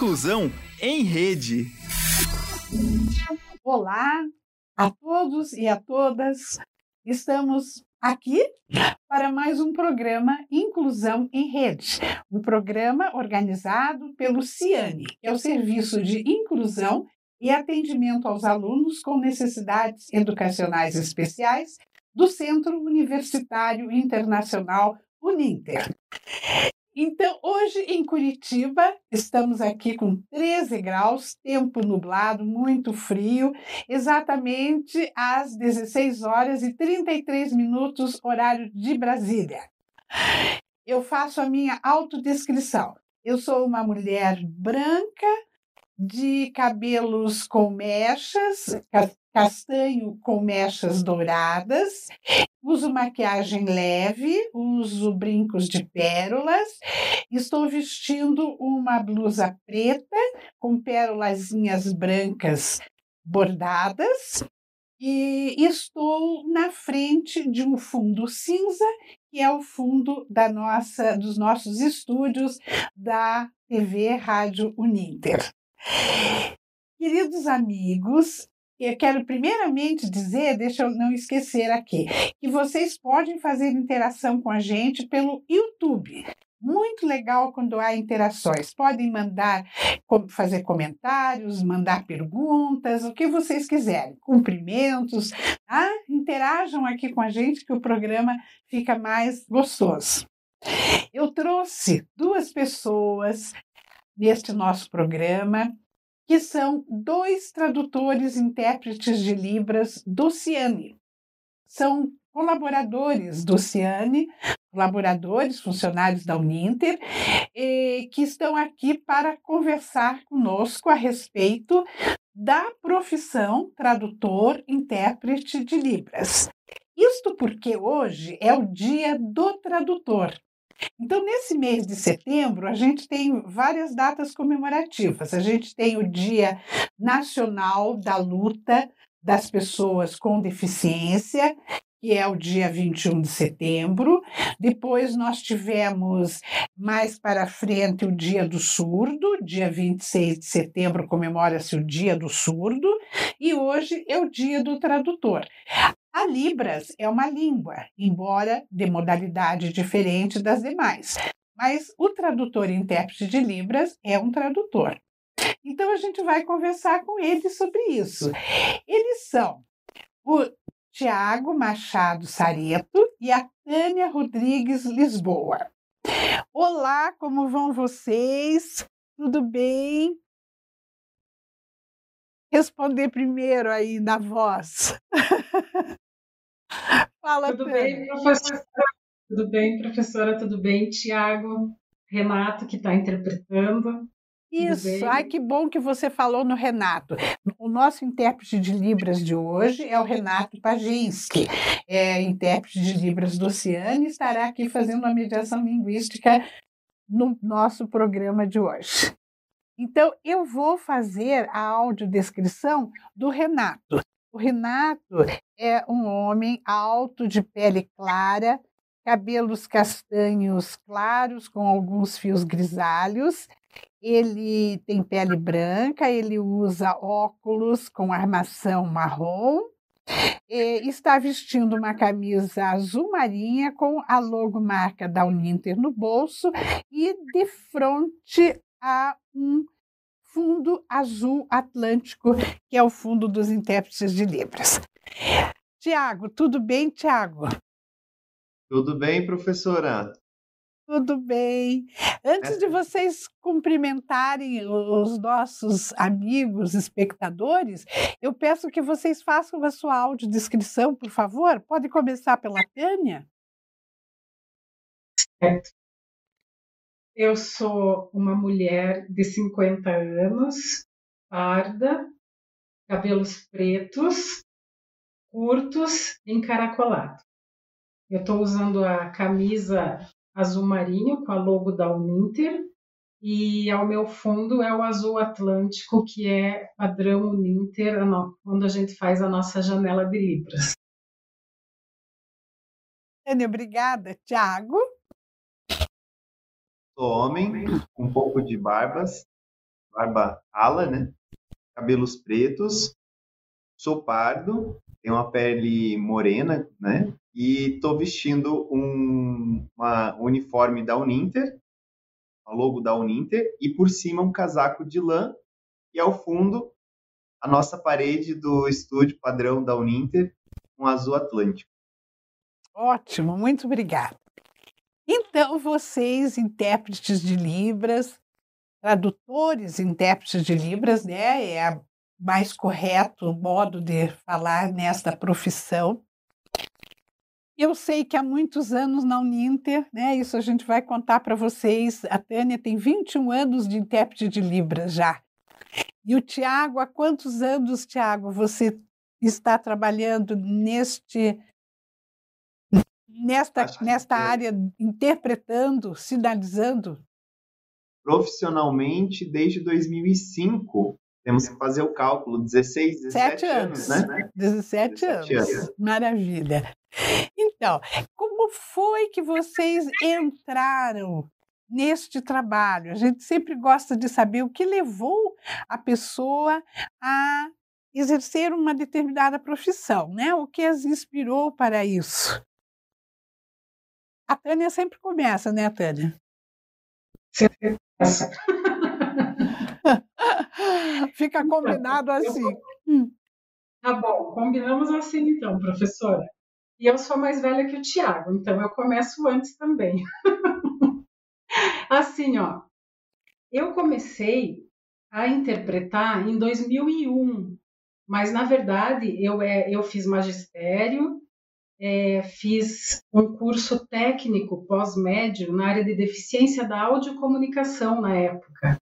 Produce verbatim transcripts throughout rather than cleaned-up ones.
Inclusão em Rede. Olá a todos e a todas. Estamos aqui para mais um programa Inclusão em Rede, um programa organizado pelo CIANE, que é o Serviço de Inclusão e Atendimento aos Alunos com Necessidades Educacionais Especiais do Centro Universitário Internacional Uninter. Então, hoje em Curitiba, estamos aqui com treze graus, tempo nublado, muito frio, exatamente às dezesseis horas e trinta e três minutos, horário de Brasília. Eu faço a minha autodescrição. Eu sou uma mulher branca, de cabelos com mechas, castanho com mechas douradas, uso maquiagem leve, uso brincos de pérolas, estou vestindo uma blusa preta com pérolazinhas brancas bordadas e estou na frente de um fundo cinza, que é o fundo da nossa, dos nossos estúdios da T V Rádio Uninter. Queridos amigos, eu quero primeiramente dizer, deixa eu não esquecer aqui, que vocês podem fazer interação com a gente pelo YouTube. Muito legal quando há interações. Podem mandar, fazer comentários, mandar perguntas, o que vocês quiserem, cumprimentos, tá? Interajam aqui com a gente que o programa fica mais gostoso. Eu trouxe duas pessoas neste nosso programa, que são dois tradutores e intérpretes de Libras do CIANE. São colaboradores do CIANE, colaboradores, funcionários da Uninter, eh, que estão aqui para conversar conosco a respeito da profissão tradutor-intérprete de Libras. Isto porque hoje é o Dia do Tradutor. Então, nesse mês de setembro, a gente tem várias datas comemorativas. A gente tem o Dia Nacional da Luta das Pessoas com Deficiência, que é o dia vinte e um de setembro. Depois nós tivemos, mais para frente, o Dia do Surdo. Dia vinte e seis de setembro comemora-se o Dia do Surdo. E hoje é o Dia do Tradutor. A Libras é uma língua, embora de modalidade diferente das demais. Mas o tradutor e intérprete de Libras é um tradutor. Então, a gente vai conversar com eles sobre isso. Eles são o Tiago Machado Sareto e a Tânia Rodrigues Lisboa. Olá, como vão vocês? Tudo bem? Responder primeiro aí na voz. Fala, Tudo Tânia. bem, professora? Tudo bem, professora? Tudo bem, Tiago? Renato, que está interpretando. Isso, ai que bom que você falou no Renato. O nosso intérprete de Libras de hoje é o Renato Paginski, é intérprete de Libras do CIANE, e estará aqui fazendo uma mediação linguística no nosso programa de hoje. Então, eu vou fazer a audiodescrição do Renato. O Renato é um homem alto, de pele clara, cabelos castanhos claros com alguns fios grisalhos. Ele tem pele branca, ele usa óculos com armação marrom, está vestindo uma camisa azul marinha com a logomarca da Uninter no bolso e de frente a um fundo azul atlântico, que é o fundo dos intérpretes de Libras. Tiago, tudo bem, Tiago? Tudo bem, professora? Tudo bem. Antes de vocês cumprimentarem os nossos amigos espectadores, eu peço que vocês façam a sua audiodescrição, por favor. Pode começar pela Tânia? Certo. Eu sou uma mulher de cinquenta anos, parda, cabelos pretos, curtos, encaracolado. Eu estou usando a camisa azul marinho com a logo da Uninter e ao meu fundo é o azul atlântico, que é padrão Uninter, quando a gente faz a nossa janela de Libras. Tânia, obrigada. Tiago? Sou homem, com um pouco de barbas, barba rala, né? Cabelos pretos, sou pardo, tenho uma pele morena, né? E tô vestindo um uma, um uniforme da Uninter, a logo da Uninter, e por cima um casaco de lã, e ao fundo a nossa parede do estúdio padrão da Uninter, um azul atlântico. Ótimo, muito obrigada. Então, vocês, intérpretes de Libras, tradutores, intérpretes de Libras, né, é a mais correto modo de falar nesta profissão. Eu sei que há muitos anos na Uninter, né, isso a gente vai contar para vocês, a Tânia tem vinte e um anos de intérprete de Libras já. E o Tiago, há quantos anos, Tiago, você está trabalhando neste, nesta, nesta área, interpretando, sinalizando? Profissionalmente, desde dois mil e cinco, temos que fazer o cálculo, dezesseis, dezessete anos, né? dezessete anos, maravilha. Então, como foi que vocês entraram neste trabalho? A gente sempre gosta de saber o que levou a pessoa a exercer uma determinada profissão, né? O que as inspirou para isso? A Tânia sempre começa, né, Tânia? Sempre começa. Fica combinado assim. Tá bom, combinamos assim então, professora. E eu sou mais velha que o Tiago, então eu começo antes também. Assim, ó, eu comecei a interpretar em dois mil e um, mas na verdade eu, é, eu fiz magistério, é, fiz um curso técnico pós-médio na área de deficiência da audiocomunicação na época.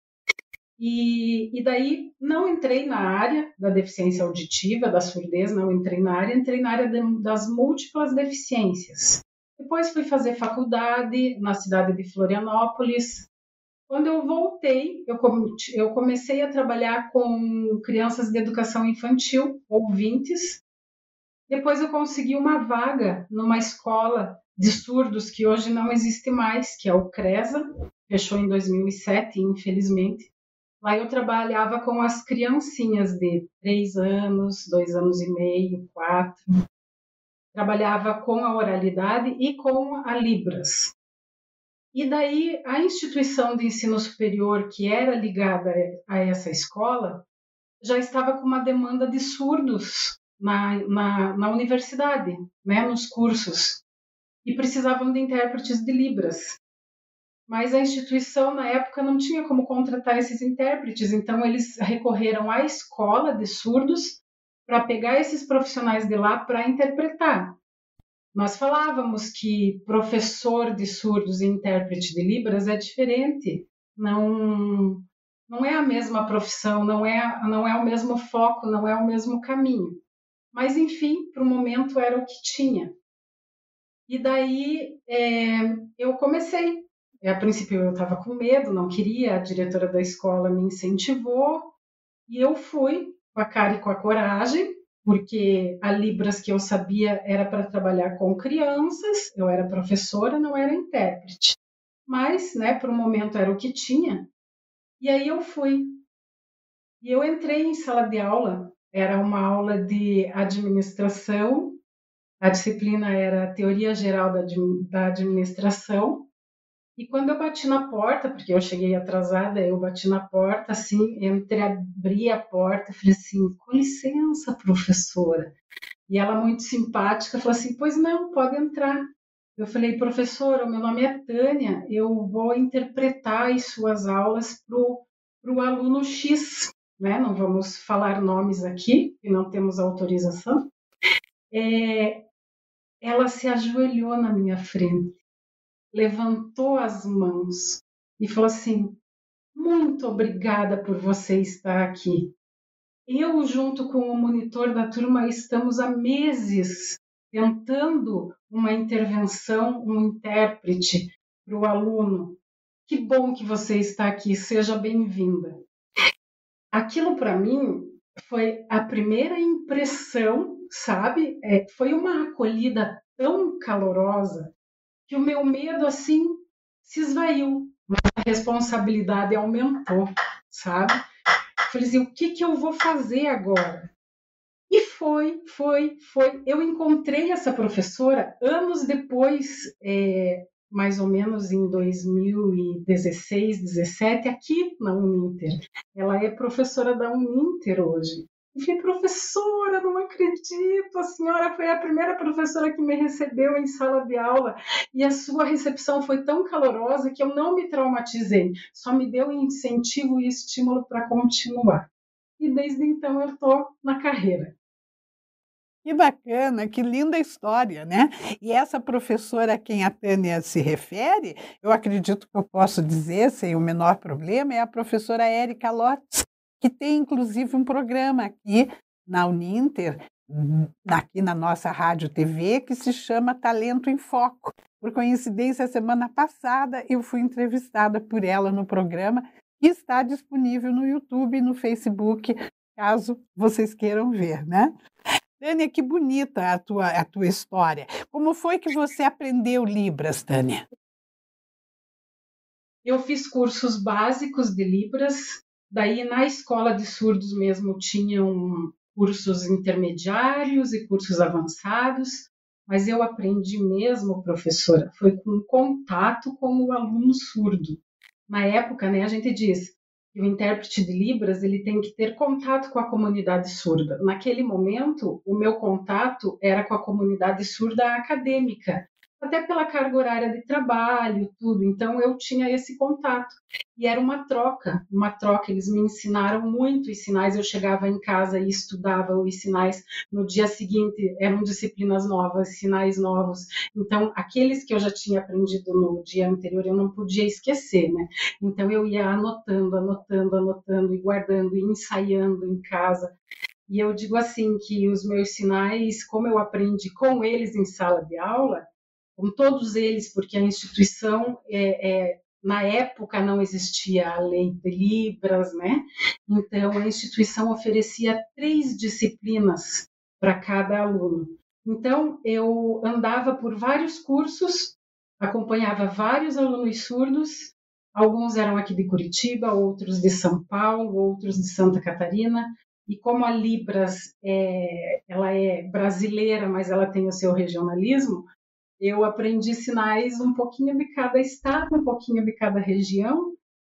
E, e daí não entrei na área da deficiência auditiva, da surdez, não entrei na área, entrei na área de, das múltiplas deficiências. Depois fui fazer faculdade na cidade de Florianópolis. Quando eu voltei, eu, eu comecei a trabalhar com crianças de educação infantil, ouvintes. Depois eu consegui uma vaga numa escola de surdos que hoje não existe mais, que é o CRESA, fechou em dois mil e sete, infelizmente. Lá eu trabalhava com as criancinhas de três anos, dois anos e meio, quatro. Trabalhava com a oralidade e com a Libras. E daí a instituição de ensino superior que era ligada a essa escola já estava com uma demanda de surdos na, na, na universidade, né, nos cursos, e precisavam de intérpretes de Libras. Mas a instituição, na época, não tinha como contratar esses intérpretes, então eles recorreram à escola de surdos para pegar esses profissionais de lá para interpretar. Nós falávamos que professor de surdos e intérprete de Libras é diferente, não, não é a mesma profissão, não é, não é o mesmo foco, não é o mesmo caminho. Mas, enfim, para o momento era o que tinha. E daí é, eu comecei. A princípio eu estava com medo, não queria, a diretora da escola me incentivou e eu fui com a cara e com a coragem, porque a Libras que eu sabia era para trabalhar com crianças, eu era professora, não era intérprete. Mas, né, por um momento era o que tinha. E aí eu fui. E eu entrei em sala de aula, era uma aula de administração, a disciplina era Teoria Geral da Administração. E quando eu bati na porta, porque eu cheguei atrasada, eu bati na porta, assim, entreabri a porta, falei assim, com licença, professora. E ela, muito simpática, falou assim, pois não, pode entrar. Eu falei, professora, o meu nome é Tânia, eu vou interpretar as suas aulas para o aluno X, né? Não vamos falar nomes aqui, que não temos autorização. É, ela se ajoelhou na minha frente, levantou as mãos e falou assim, muito obrigada por você estar aqui. Eu, junto com o monitor da turma, estamos há meses tentando uma intervenção, um intérprete para o aluno. Que bom que você está aqui, seja bem-vinda. Aquilo, para mim, foi a primeira impressão, sabe? É, foi uma acolhida tão calorosa que o meu medo, assim, se esvaiu, mas a responsabilidade aumentou, sabe? Falei assim, o que, que eu vou fazer agora? E foi, foi, foi. Eu encontrei essa professora anos depois, é, mais ou menos em dois mil e dezesseis, dezessete, aqui na Uninter. Ela é professora da Uninter hoje. E falei, professora, não acredito, a senhora foi a primeira professora que me recebeu em sala de aula e a sua recepção foi tão calorosa que eu não me traumatizei, só me deu incentivo e estímulo para continuar. E desde então eu estou na carreira. Que bacana, que linda história, né? E essa professora a quem a Tânia se refere, eu acredito que eu posso dizer, sem o menor problema, é a professora Érica Lotz, que tem inclusive um programa aqui na Uninter, aqui na nossa Rádio T V, que se chama Talento em Foco. Por coincidência, semana passada eu fui entrevistada por ela no programa, que está disponível no YouTube e no Facebook, caso vocês queiram ver, né? Tânia, que bonita a tua, a tua história. Como foi que você aprendeu Libras, Tânia? Eu fiz cursos básicos de Libras, daí na escola de surdos mesmo tinham cursos intermediários e cursos avançados, mas eu aprendi mesmo, professora, foi com contato com o aluno surdo. Na época, né, a gente diz que o intérprete de Libras ele tem que ter contato com a comunidade surda. Naquele momento, o meu contato era com a comunidade surda acadêmica, até pela carga horária de trabalho, tudo. Então, eu tinha esse contato. E era uma troca, uma troca. Eles me ensinaram muito os sinais. Eu chegava em casa e estudava os sinais. No dia seguinte, eram disciplinas novas, sinais novos. Então, aqueles que eu já tinha aprendido no dia anterior, eu não podia esquecer, né? Então, eu ia anotando, anotando, anotando e guardando e ensaiando em casa. E eu digo assim, que os meus sinais, como eu aprendi com eles em sala de aula, com todos eles, porque a instituição, é, é, na época, não existia a lei de Libras, né? Então, a instituição oferecia três disciplinas para cada aluno. Então, eu andava por vários cursos, acompanhava vários alunos surdos, alguns eram aqui de Curitiba, outros de São Paulo, outros de Santa Catarina, e como a Libras é, ela é brasileira, mas ela tem o seu regionalismo, eu aprendi sinais um pouquinho de cada estado, um pouquinho de cada região,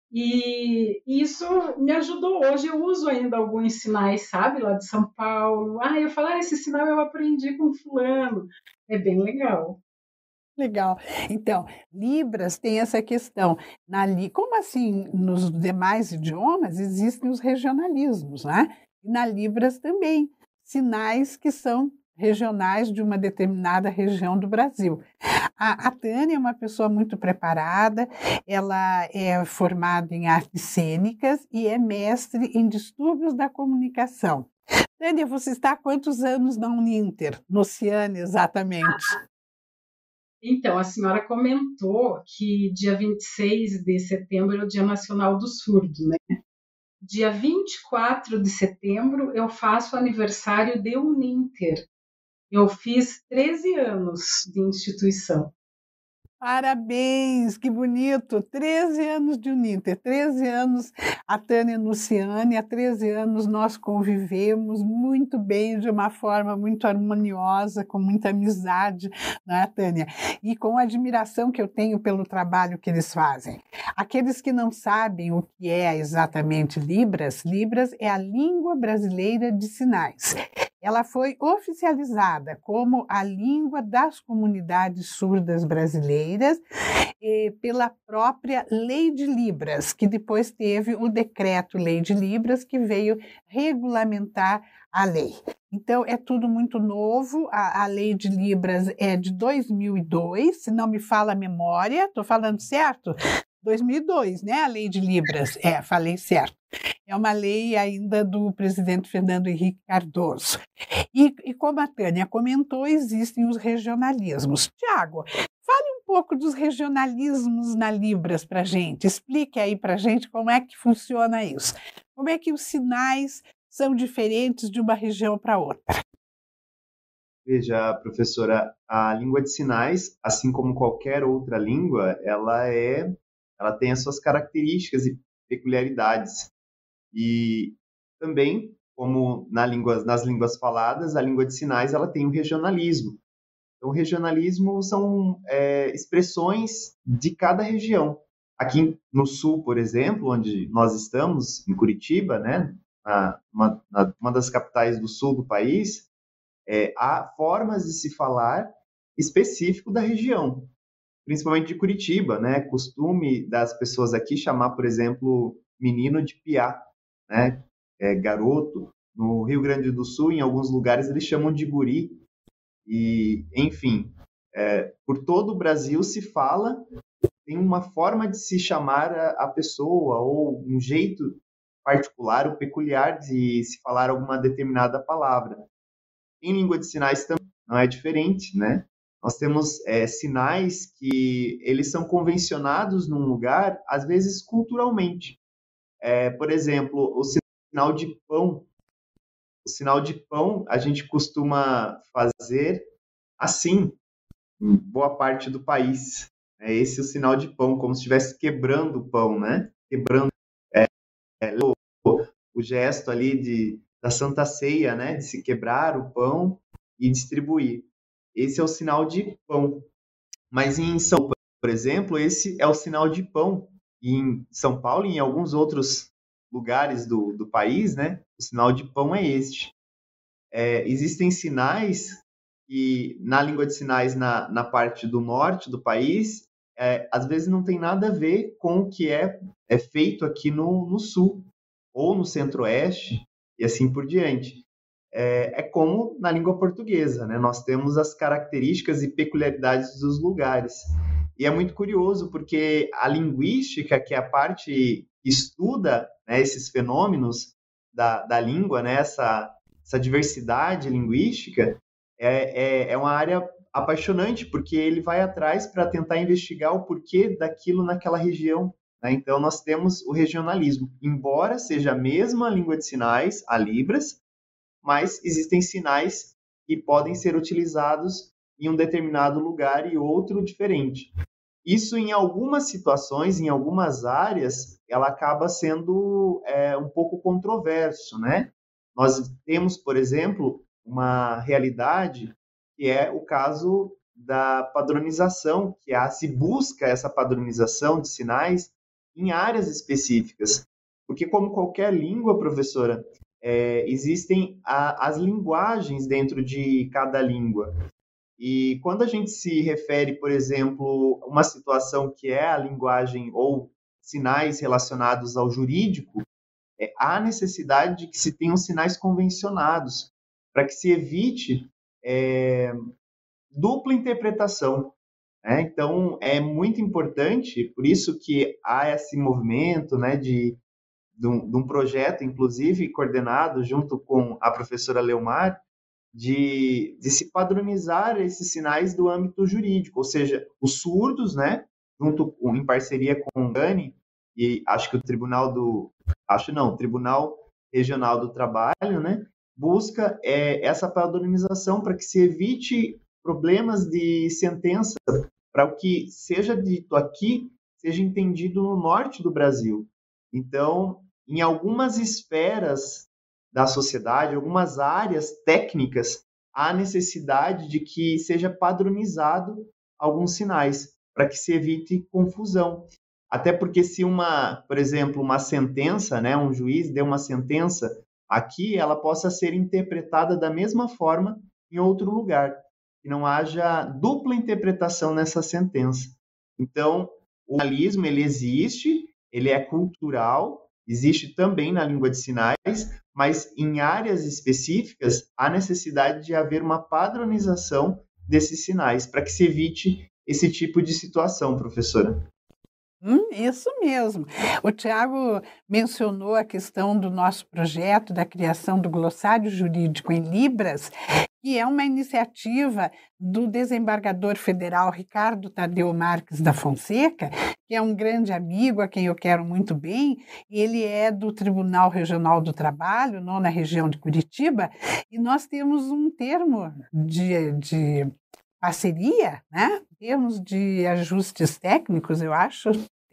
e isso me ajudou. Hoje eu uso ainda alguns sinais, sabe, lá de São Paulo. Ah, eu falo, ah, esse sinal eu aprendi com fulano. É bem legal. Legal. Então, Libras tem essa questão. Na, como assim, nos demais idiomas existem os regionalismos, né? E na Libras também, sinais que são regionais de uma determinada região do Brasil. A, a Tânia é uma pessoa muito preparada, ela é formada em artes cênicas e é mestre em distúrbios da comunicação. Tânia, você está há quantos anos na Uninter, no Oceania, exatamente? Então, a senhora comentou que dia vinte e seis de setembro é o Dia Nacional do Surdo, né? Dia vinte e quatro de setembro eu faço aniversário de Uninter. Eu fiz treze anos de instituição. Parabéns, que bonito! treze anos de Uninter, treze anos a Tânia Luciane, há treze anos nós convivemos muito bem, de uma forma muito harmoniosa, com muita amizade, né, Tânia? E com a admiração que eu tenho pelo trabalho que eles fazem. Aqueles que não sabem o que é exatamente Libras, Libras é a língua brasileira de sinais. Ela foi oficializada como a língua das comunidades surdas brasileiras eh, pela própria Lei de Libras, que depois teve o decreto Lei de Libras, que veio regulamentar a lei. Então, é tudo muito novo, a, a Lei de Libras é de dois mil e dois, se não me fala a memória, estou falando certo? dois mil e dois, né? A Lei de Libras, é, falei certo. É uma lei ainda do presidente Fernando Henrique Cardoso. E, e como a Tânia comentou, existem os regionalismos. Tiago, fale um pouco dos regionalismos na Libras para a gente. Explique aí para a gente como é que funciona isso. Como é que os sinais são diferentes de uma região para outra? Veja, professora, a língua de sinais, assim como qualquer outra língua, ela é, ela tem as suas características e peculiaridades. E também, como na língua, nas línguas faladas, a língua de sinais ela tem o regionalismo. Então, o regionalismo são é, expressões de cada região. Aqui no sul, por exemplo, onde nós estamos, em Curitiba, né, na, uma, na, uma das capitais do sul do país, é, há formas de se falar específico da região, principalmente de Curitiba, né? Costume das pessoas aqui chamar, por exemplo, menino de piá, né? É, garoto. No Rio Grande do Sul, em alguns lugares, eles chamam de guri. E, enfim, é, por todo o Brasil se fala, tem uma forma de se chamar a, a pessoa, ou um jeito particular ou peculiar de se falar alguma determinada palavra. Em língua de sinais também não é diferente, né? Nós temos é, sinais que eles são convencionados num lugar, às vezes culturalmente. É, por exemplo, o sinal de pão. O sinal de pão a gente costuma fazer assim, em boa parte do país. É esse o sinal de pão, como se estivesse quebrando o pão, né? Quebrando é, é, o, o gesto ali de, da Santa Ceia, né? De se quebrar o pão e distribuir. Esse é o sinal de pão. Mas em São Paulo, por exemplo, esse é o sinal de pão. E em São Paulo e em alguns outros lugares do, do país, né? O sinal de pão é este. É, existem sinais que, na língua de sinais, na, na parte do norte do país, é, às vezes não tem nada a ver com o que é, é feito aqui no, no sul, ou no centro-oeste, e assim por diante. É, é como na língua portuguesa, né? Nós temos as características e peculiaridades dos lugares. E é muito curioso, porque a linguística, que é a parte que estuda, né, esses fenômenos da, da língua, né, essa, essa diversidade linguística, é, é, é uma área apaixonante, porque ele vai atrás para tentar investigar o porquê daquilo naquela região. Né? Então, nós temos o regionalismo. Embora seja a mesma língua de sinais, a Libras, mas existem sinais que podem ser utilizados em um determinado lugar e outro diferente. Isso, em algumas situações, em algumas áreas, ela acaba sendo é, um pouco controverso, né? Nós temos, por exemplo, uma realidade que é o caso da padronização, que há, se busca essa padronização de sinais em áreas específicas. Porque, como qualquer língua, professora, é, existem a, as linguagens dentro de cada língua. E quando a gente se refere, por exemplo, a uma situação que é a linguagem ou sinais relacionados ao jurídico, é, há necessidade de que se tenham sinais convencionados, para que se evite é, dupla interpretação. Né? Então, é muito importante, por isso que há esse movimento, né, de, de, um, de um projeto, inclusive, coordenado junto com a professora Leomar, de, de se padronizar esses sinais do âmbito jurídico, ou seja, os surdos, né, junto com, em parceria com o GANI, e acho que o Tribunal do... Acho não, o Tribunal Regional do Trabalho, né, busca é, essa padronização para que se evite problemas de sentença, para o que seja dito aqui, seja entendido no norte do Brasil. Então, em algumas esferas da sociedade, algumas áreas técnicas, há necessidade de que seja padronizado alguns sinais, para que se evite confusão. Até porque se uma, por exemplo, uma sentença, né, um juiz deu uma sentença aqui, ela possa ser interpretada da mesma forma em outro lugar, que não haja dupla interpretação nessa sentença. Então, o jornalismo, ele existe, ele é cultural, existe também na língua de sinais, mas em áreas específicas há necessidade de haver uma padronização desses sinais, para que se evite esse tipo de situação, professora. Hum, isso mesmo. O Tiago mencionou a questão do nosso projeto da criação do glossário jurídico em Libras, que é uma iniciativa do desembargador federal Ricardo Tadeu Marques da Fonseca, que é um grande amigo a quem eu quero muito bem. Ele é do Tribunal Regional do Trabalho, não na região de Curitiba, e nós temos um termo de, de parceria, né? Termos de ajustes técnicos, eu acho,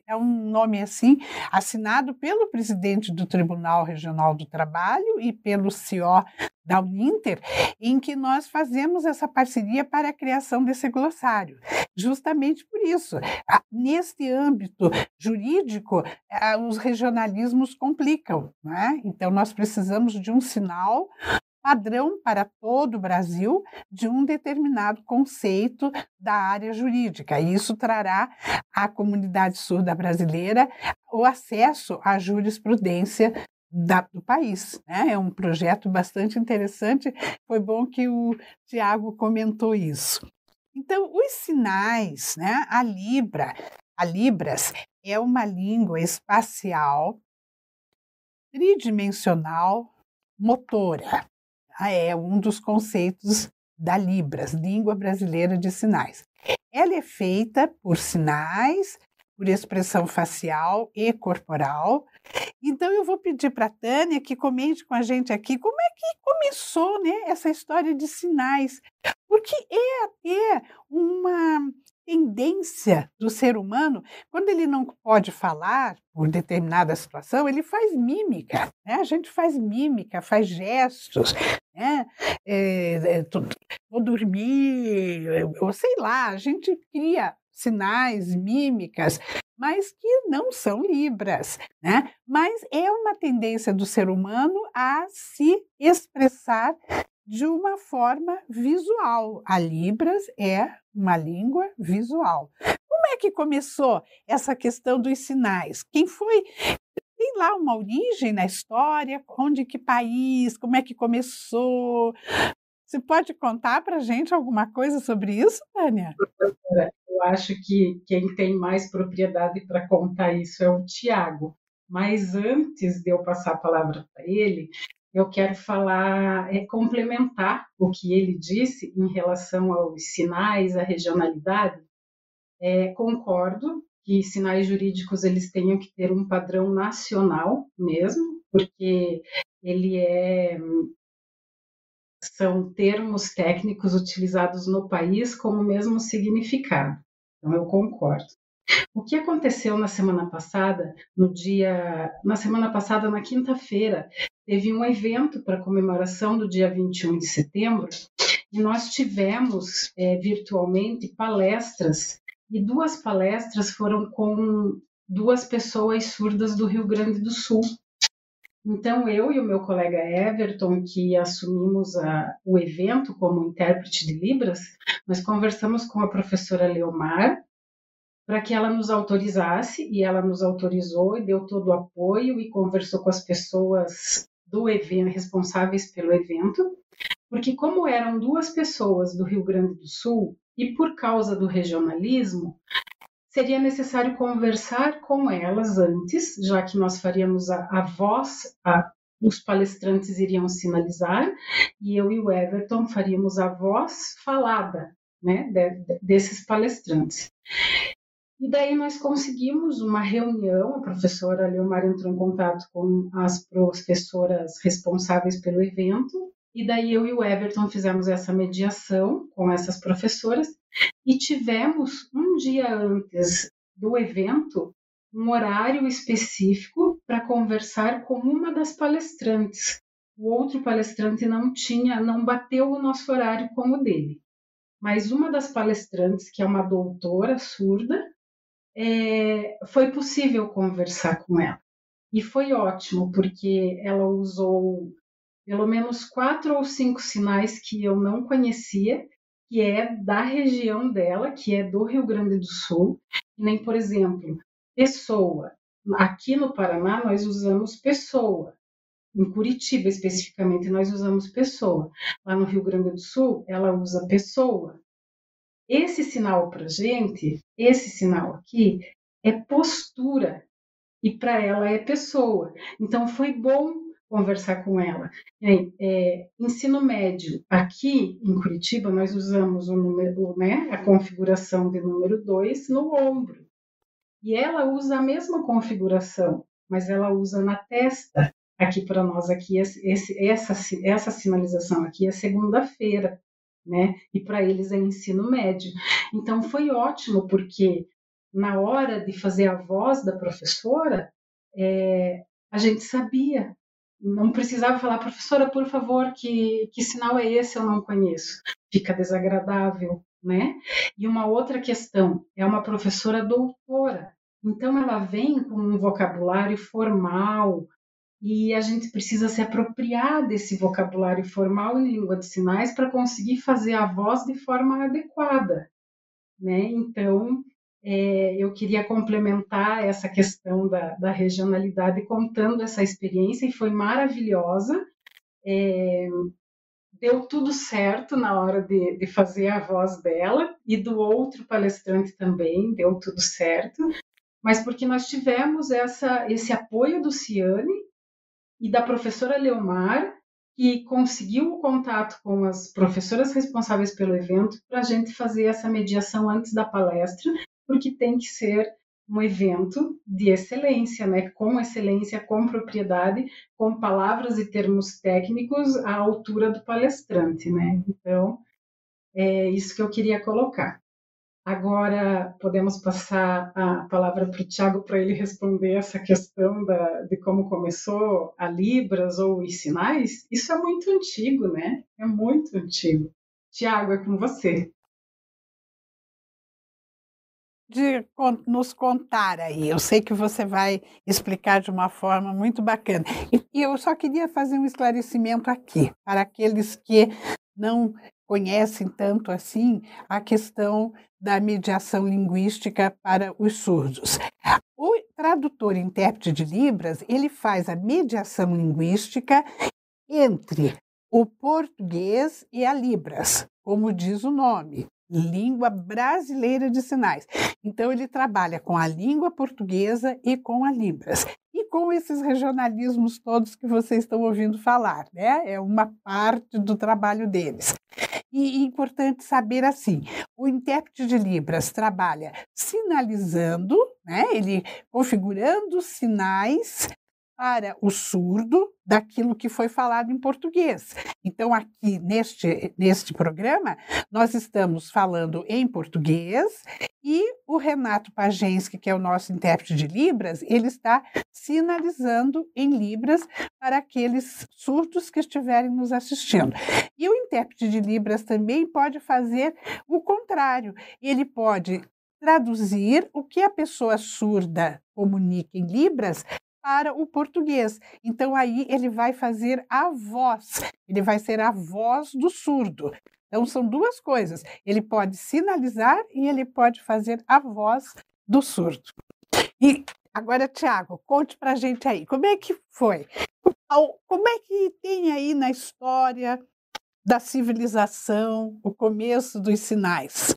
é um nome assim, assinado pelo presidente do Tribunal Regional do Trabalho e pelo C E O da Uninter, em que nós fazemos essa parceria para a criação desse glossário. Justamente por isso, neste âmbito jurídico, os regionalismos complicam, não é? Então, nós precisamos de um sinal padrão para todo o Brasil de um determinado conceito da área jurídica. E isso trará à comunidade surda brasileira o acesso à jurisprudência da, do país. Né? É um projeto bastante interessante. Foi bom que o Tiago comentou isso. Então, os sinais, né? a Libra, a Libras é uma língua espacial, tridimensional, motora. É um dos conceitos da Libras, Língua Brasileira de Sinais. Ela é feita por sinais, por expressão facial e corporal. Então, eu vou pedir para a Tânia que comente com a gente aqui como é que começou, né, essa história de sinais, porque é até uma tendência do ser humano, quando ele não pode falar por determinada situação, ele faz mímica, né? A gente faz mímica, faz gestos, né? É, é, tô, vou dormir, ou sei lá, a gente cria sinais, mímicas, mas que não são libras, né? Mas é uma tendência do ser humano a se expressar de uma forma visual. A Libras é uma língua visual. Como é que começou essa questão dos sinais? Quem foi? Tem lá uma origem na história? Onde, que país? Como é que começou? Você pode contar para a gente alguma coisa sobre isso, Tânia? Eu acho que quem tem mais propriedade para contar isso é o Tiago. Mas antes de eu passar a palavra para ele, eu quero falar, é, complementar o que ele disse em relação aos sinais, à regionalidade. É, concordo que sinais jurídicos eles tenham que ter um padrão nacional mesmo, porque ele é, são termos técnicos utilizados no país com o mesmo significado. Então, eu concordo. O que aconteceu na semana passada, no dia, na semana passada, na quinta-feira, teve um evento para comemoração do dia vinte e um de setembro, e nós tivemos é, virtualmente palestras, e duas palestras foram com duas pessoas surdas do Rio Grande do Sul. Então, eu e o meu colega Everton, que assumimos a, o evento como intérprete de Libras, nós conversamos com a professora Leomar, para que ela nos autorizasse, e ela nos autorizou e deu todo o apoio e conversou com as pessoas do evento, responsáveis pelo evento, porque como eram duas pessoas do Rio Grande do Sul, e por causa do regionalismo, seria necessário conversar com elas antes, já que nós faríamos a, a voz, a, os palestrantes iriam sinalizar, e eu e o Everton faríamos a voz falada, né, de, de, desses palestrantes. E daí nós conseguimos uma reunião, a professora Leomar entrou em contato com as professoras responsáveis pelo evento, e daí eu e o Everton fizemos essa mediação com essas professoras, e tivemos, um dia antes do evento, um horário específico para conversar com uma das palestrantes. O outro palestrante não tinha, não bateu o nosso horário com o dele. Mas uma das palestrantes, que é uma doutora surda, É, foi possível conversar com ela. E foi ótimo, porque ela usou pelo menos quatro ou cinco sinais que eu não conhecia, que é da região dela, que é do Rio Grande do Sul. Nem, por exemplo, pessoa. Aqui no Paraná, nós usamos pessoa. Em Curitiba, especificamente, nós usamos pessoa. Lá no Rio Grande do Sul, ela usa pessoa. Esse sinal para a gente, esse sinal aqui, é postura, e para ela é pessoa. Então, foi bom conversar com ela. É, é, ensino médio, aqui em Curitiba, nós usamos o número, né, a configuração de número dois no ombro. E ela usa a mesma configuração, mas ela usa na testa. Aqui para nós, aqui, esse, essa, essa sinalização aqui é segunda-feira. Né? E para eles é ensino médio. Então foi ótimo, porque na hora de fazer a voz da professora, é, a gente sabia. Não precisava falar, professora, por favor, que, que sinal é esse? Eu não conheço. Fica desagradável, né? E uma outra questão, é uma professora doutora. Então, ela vem com um vocabulário formal e a gente precisa se apropriar desse vocabulário formal em língua de sinais para conseguir fazer a voz de forma adequada, né? Então, é, eu queria complementar essa questão da, da regionalidade contando essa experiência e foi maravilhosa. É, deu tudo certo na hora de, de fazer a voz dela e do outro palestrante também deu tudo certo, mas porque nós tivemos essa, esse apoio do Ciane e da professora Leomar, que conseguiu o contato com as professoras responsáveis pelo evento para a gente fazer essa mediação antes da palestra, porque tem que ser um evento de excelência, né? Com excelência, com propriedade, com palavras e termos técnicos à altura do palestrante, né? Então, é isso que eu queria colocar. Agora, podemos passar a palavra para o Tiago para ele responder essa questão da, de como começou a Libras ou os sinais. Isso é muito antigo, né? É muito antigo. Tiago, é com você. De nos contar aí. Eu sei que você vai explicar de uma forma muito bacana. E, e eu só queria fazer um esclarecimento aqui, para aqueles que não conhecem tanto assim a questão da mediação linguística para os surdos. O tradutor e intérprete de Libras, ele faz a mediação linguística entre o português e a Libras, como diz o nome, Língua Brasileira de Sinais. Então, ele trabalha com a língua portuguesa e com a Libras. E com esses regionalismos todos que vocês estão ouvindo falar, né? É uma parte do trabalho deles. E é importante saber assim, o intérprete de Libras trabalha sinalizando, né? Ele configurando sinais para o surdo daquilo que foi falado em português. Então, aqui neste, neste programa, nós estamos falando em português e o Renato Pagensky, que é o nosso intérprete de Libras, ele está sinalizando em Libras para aqueles surdos que estiverem nos assistindo. E o intérprete de Libras também pode fazer o contrário. Ele pode traduzir o que a pessoa surda comunica em Libras para o português. Então, aí ele vai fazer a voz, ele vai ser a voz do surdo. Então, são duas coisas. Ele pode sinalizar e ele pode fazer a voz do surdo. E agora, Tiago, conte para a gente aí, como é que foi? Como é que tem aí na história da civilização o começo dos sinais?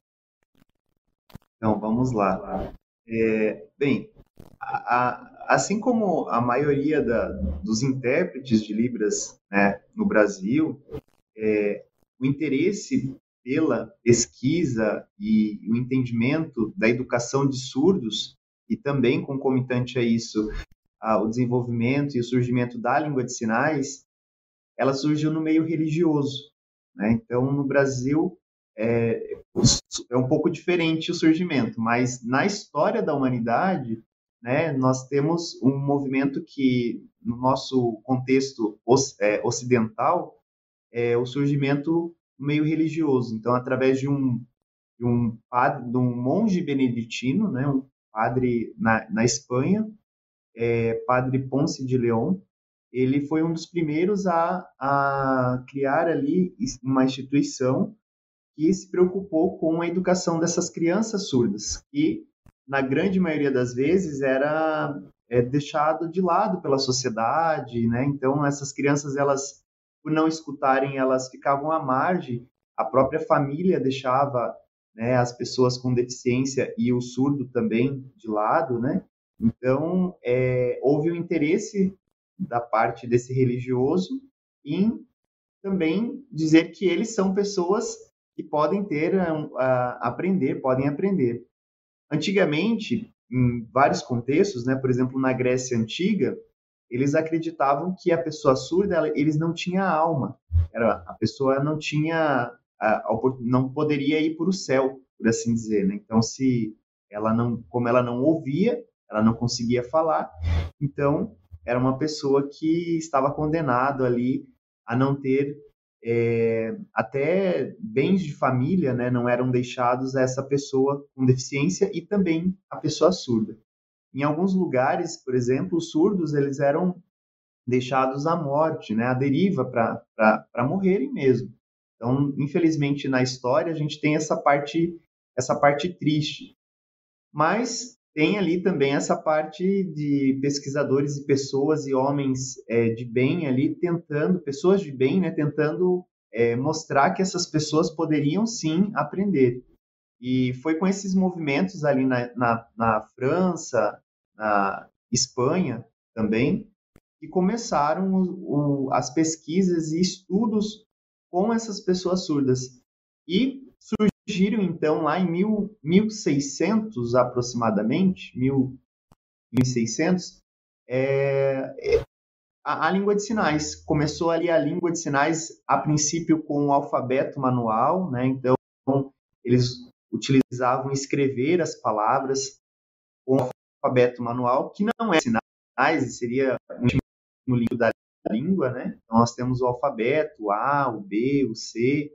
Então, vamos lá. É, bem, a, a assim como a maioria da, dos intérpretes de Libras, né, no Brasil, é, o interesse pela pesquisa e o entendimento da educação de surdos, e também concomitante a isso, a, o desenvolvimento e o surgimento da língua de sinais, ela surgiu no meio religioso, né? Então, no Brasil, é, é um pouco diferente o surgimento, mas na história da humanidade, né, nós temos um movimento que, no nosso contexto ocidental, é o surgimento meio religioso. Então, através de um, de um, padre, de um monge beneditino, né, um padre na, na Espanha, é, padre Ponce de León, ele foi um dos primeiros a, a criar ali uma instituição que se preocupou com a educação dessas crianças surdas, e na grande maioria das vezes, era é, deixado de lado pela sociedade, né? Então, essas crianças, elas, por não escutarem, elas ficavam à margem, a própria família deixava, né, as pessoas com deficiência e o surdo também de lado, né? Então, é, houve o interesse da parte desse religioso em também dizer que eles são pessoas que podem ter, uh, aprender, podem aprender. Antigamente, em vários contextos, né, por exemplo, na Grécia Antiga, eles acreditavam que a pessoa surda, ela, eles não tinha alma. Era, a pessoa não tinha, a, a, não poderia ir para o céu, por assim dizer, né? Então, se ela não, como ela não ouvia, ela não conseguia falar, então era uma pessoa que estava condenado ali a não ter é, até bens de família, né, não eram deixados a essa pessoa com deficiência e também a pessoa surda. Em alguns lugares, por exemplo, os surdos eles eram deixados à morte, né, à deriva para morrerem mesmo. Então, infelizmente, na história a gente tem essa parte, essa parte triste. Mas tem ali também essa parte de pesquisadores e pessoas e homens é, de bem ali tentando, pessoas de bem, né, tentando é, mostrar que essas pessoas poderiam sim aprender. E foi com esses movimentos ali na, na, na França, na Espanha também, que começaram o, o, as pesquisas e estudos com essas pessoas surdas. E surgiram, então, lá em mil, mil e seiscentos, aproximadamente, mil, mil e seiscentos, é, a, a língua de sinais. Começou ali a língua de sinais, a princípio, com o alfabeto manual, né? Então, eles utilizavam escrever as palavras com o alfabeto manual, que não é sinais, seria no livro da língua, né? Então, nós temos o alfabeto, o A, o B, o C,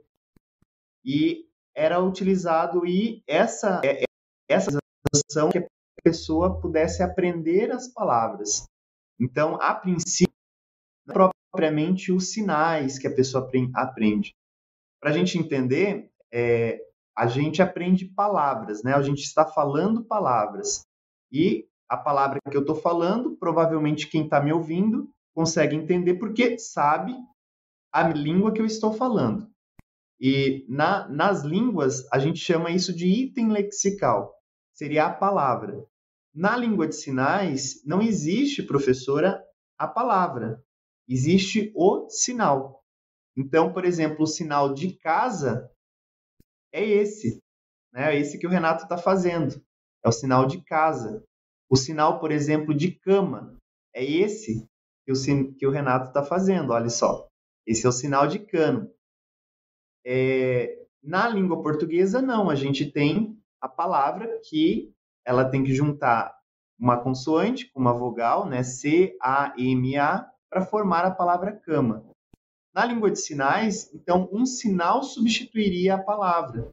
e era utilizado e essa essa ação que a pessoa pudesse aprender as palavras. Então, a princípio, propriamente os sinais que a pessoa aprende. Para a gente entender, é, a gente aprende palavras, né? A gente está falando palavras. E a palavra que eu estou falando, provavelmente quem está me ouvindo consegue entender porque sabe a língua que eu estou falando. E na, nas línguas, a gente chama isso de item lexical, seria a palavra. Na língua de sinais, não existe, professora, a palavra, existe o sinal. Então, por exemplo, o sinal de casa é esse, né? É esse que o Renato está fazendo, é o sinal de casa. O sinal, por exemplo, de cama, é esse que o, que o Renato está fazendo, olha só. Esse é o sinal de cano. É, na língua portuguesa, não. A gente tem a palavra que ela tem que juntar uma consoante com uma vogal, né? C, A, M, A, para formar a palavra cama. Na língua de sinais, então, um sinal substituiria a palavra.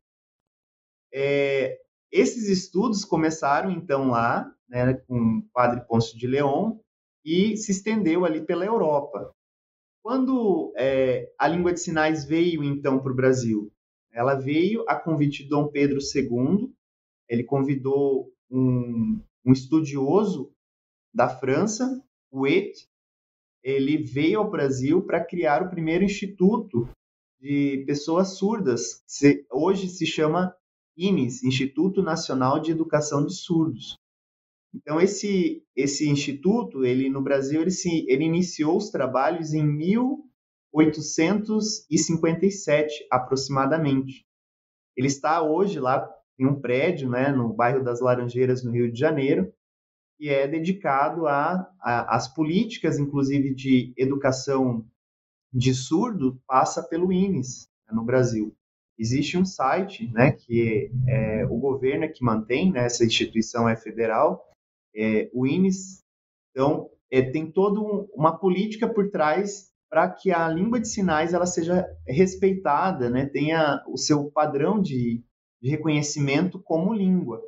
É, esses estudos começaram, então, lá, né, com o padre Pôncio de León, e se estendeu ali pela Europa. Quando é, a língua de sinais veio, então, para o Brasil, ela veio a convite de Dom Pedro segundo, ele convidou um, um estudioso da França, o Huet, ele veio ao Brasil para criar o primeiro instituto de pessoas surdas, que hoje se chama I N E S, Instituto Nacional de Educação de Surdos. Então, esse, esse instituto, ele no Brasil, ele, se, ele iniciou os trabalhos em mil oitocentos e cinquenta e sete, aproximadamente. Ele está hoje lá em um prédio, né, no bairro das Laranjeiras, no Rio de Janeiro, e é dedicado às políticas, inclusive, de educação de surdo, passa pelo I N E S, né, no Brasil. Existe um site, né, que é, o governo é que mantém, né, essa instituição é federal, é, o I N E S. Então, é, tem toda um, uma política por trás para que a língua de sinais ela seja respeitada, né, tenha o seu padrão de, de reconhecimento como língua.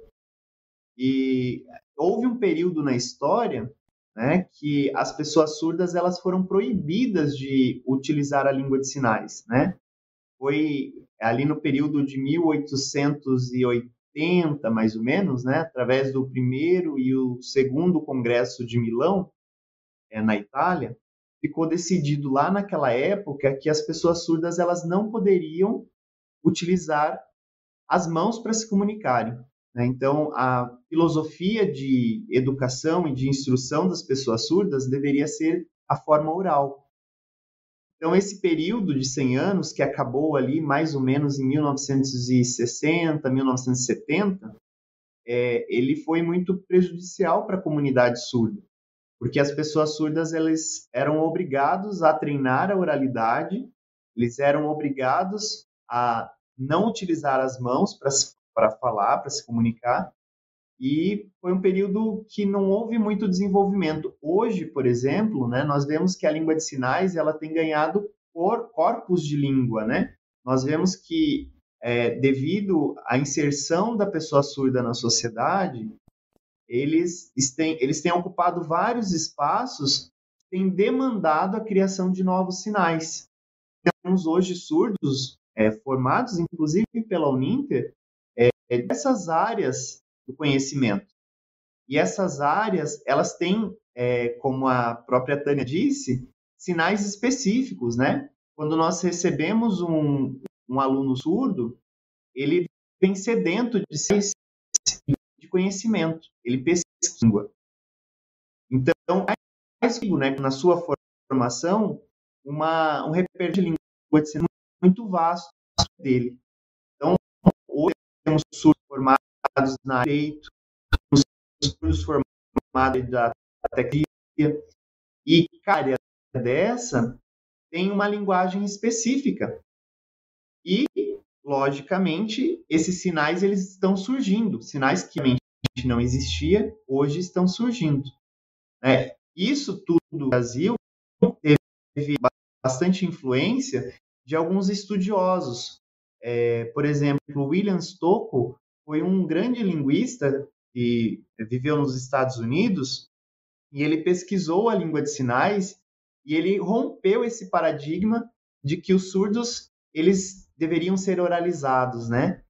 E houve um período na história, né, que as pessoas surdas elas foram proibidas de utilizar a língua de sinais, né? Foi ali no período de mil oitocentos e oitenta, mais ou menos, né, através do primeiro e o segundo Congresso de Milão, é, na Itália, ficou decidido lá naquela época que as pessoas surdas elas não poderiam utilizar as mãos para se comunicarem. Então, a filosofia de educação e de instrução das pessoas surdas deveria ser a forma oral. Então, esse período de cem anos, que acabou ali mais ou menos em mil novecentos e sessenta, mil novecentos e setenta, é, ele foi muito prejudicial para a comunidade surda, porque as pessoas surdas eles eram obrigados a treinar a oralidade, eles eram obrigados a não utilizar as mãos para se para falar, para se comunicar, e foi um período que não houve muito desenvolvimento. Hoje, por exemplo, né, nós vemos que a língua de sinais ela tem ganhado por corpos de língua, né? Nós vemos que, é, devido à inserção da pessoa surda na sociedade, eles têm, eles têm ocupado vários espaços que têm demandado a criação de novos sinais. Temos hoje surdos é, formados, inclusive pela Uninter, é, dessas áreas do conhecimento. E essas áreas, elas têm, é, como a própria Tânia disse, sinais específicos, né? Quando nós recebemos um, um aluno surdo, ele vem sedento de sinais de conhecimento, ele pesquisa. Então, né, na sua formação, uma, um repertório de língua de sinais muito vasto dele. Então, hoje temos surdos formados na direito, surdos formados da tecnologia, e cada área dessa tem uma linguagem específica. E, logicamente, esses sinais eles estão surgindo, sinais que antigamente não existiam, hoje estão surgindo. Né? Isso tudo no Brasil teve bastante influência de alguns estudiosos. É, por exemplo, William Stockel foi um grande linguista que viveu nos Estados Unidos e ele pesquisou a língua de sinais e ele rompeu esse paradigma de que os surdos eles deveriam ser oralizados, né?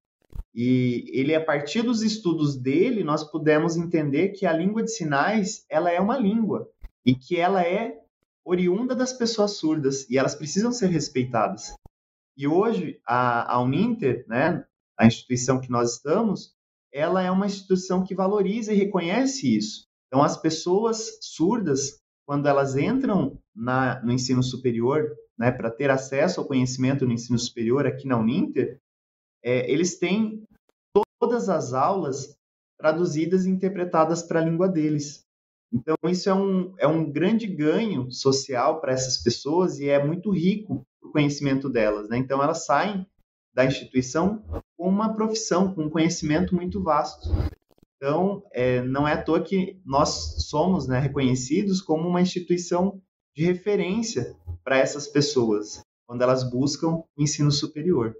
E ele, a partir dos estudos dele, nós pudemos entender que a língua de sinais ela é uma língua e que ela é oriunda das pessoas surdas e elas precisam ser respeitadas. E hoje a, a Uninter, né, a instituição que nós estamos, ela é uma instituição que valoriza e reconhece isso. Então as pessoas surdas, quando elas entram na, no ensino superior, né, para ter acesso ao conhecimento no ensino superior aqui na Uninter, é, eles têm todas as aulas traduzidas e interpretadas para a língua deles. Então, isso é um, é um grande ganho social para essas pessoas e é muito rico o conhecimento delas, né? Então, elas saem da instituição com uma profissão, com um conhecimento muito vasto. Então, é, não é à toa que nós somos, né, reconhecidos como uma instituição de referência para essas pessoas, quando elas buscam o ensino superior.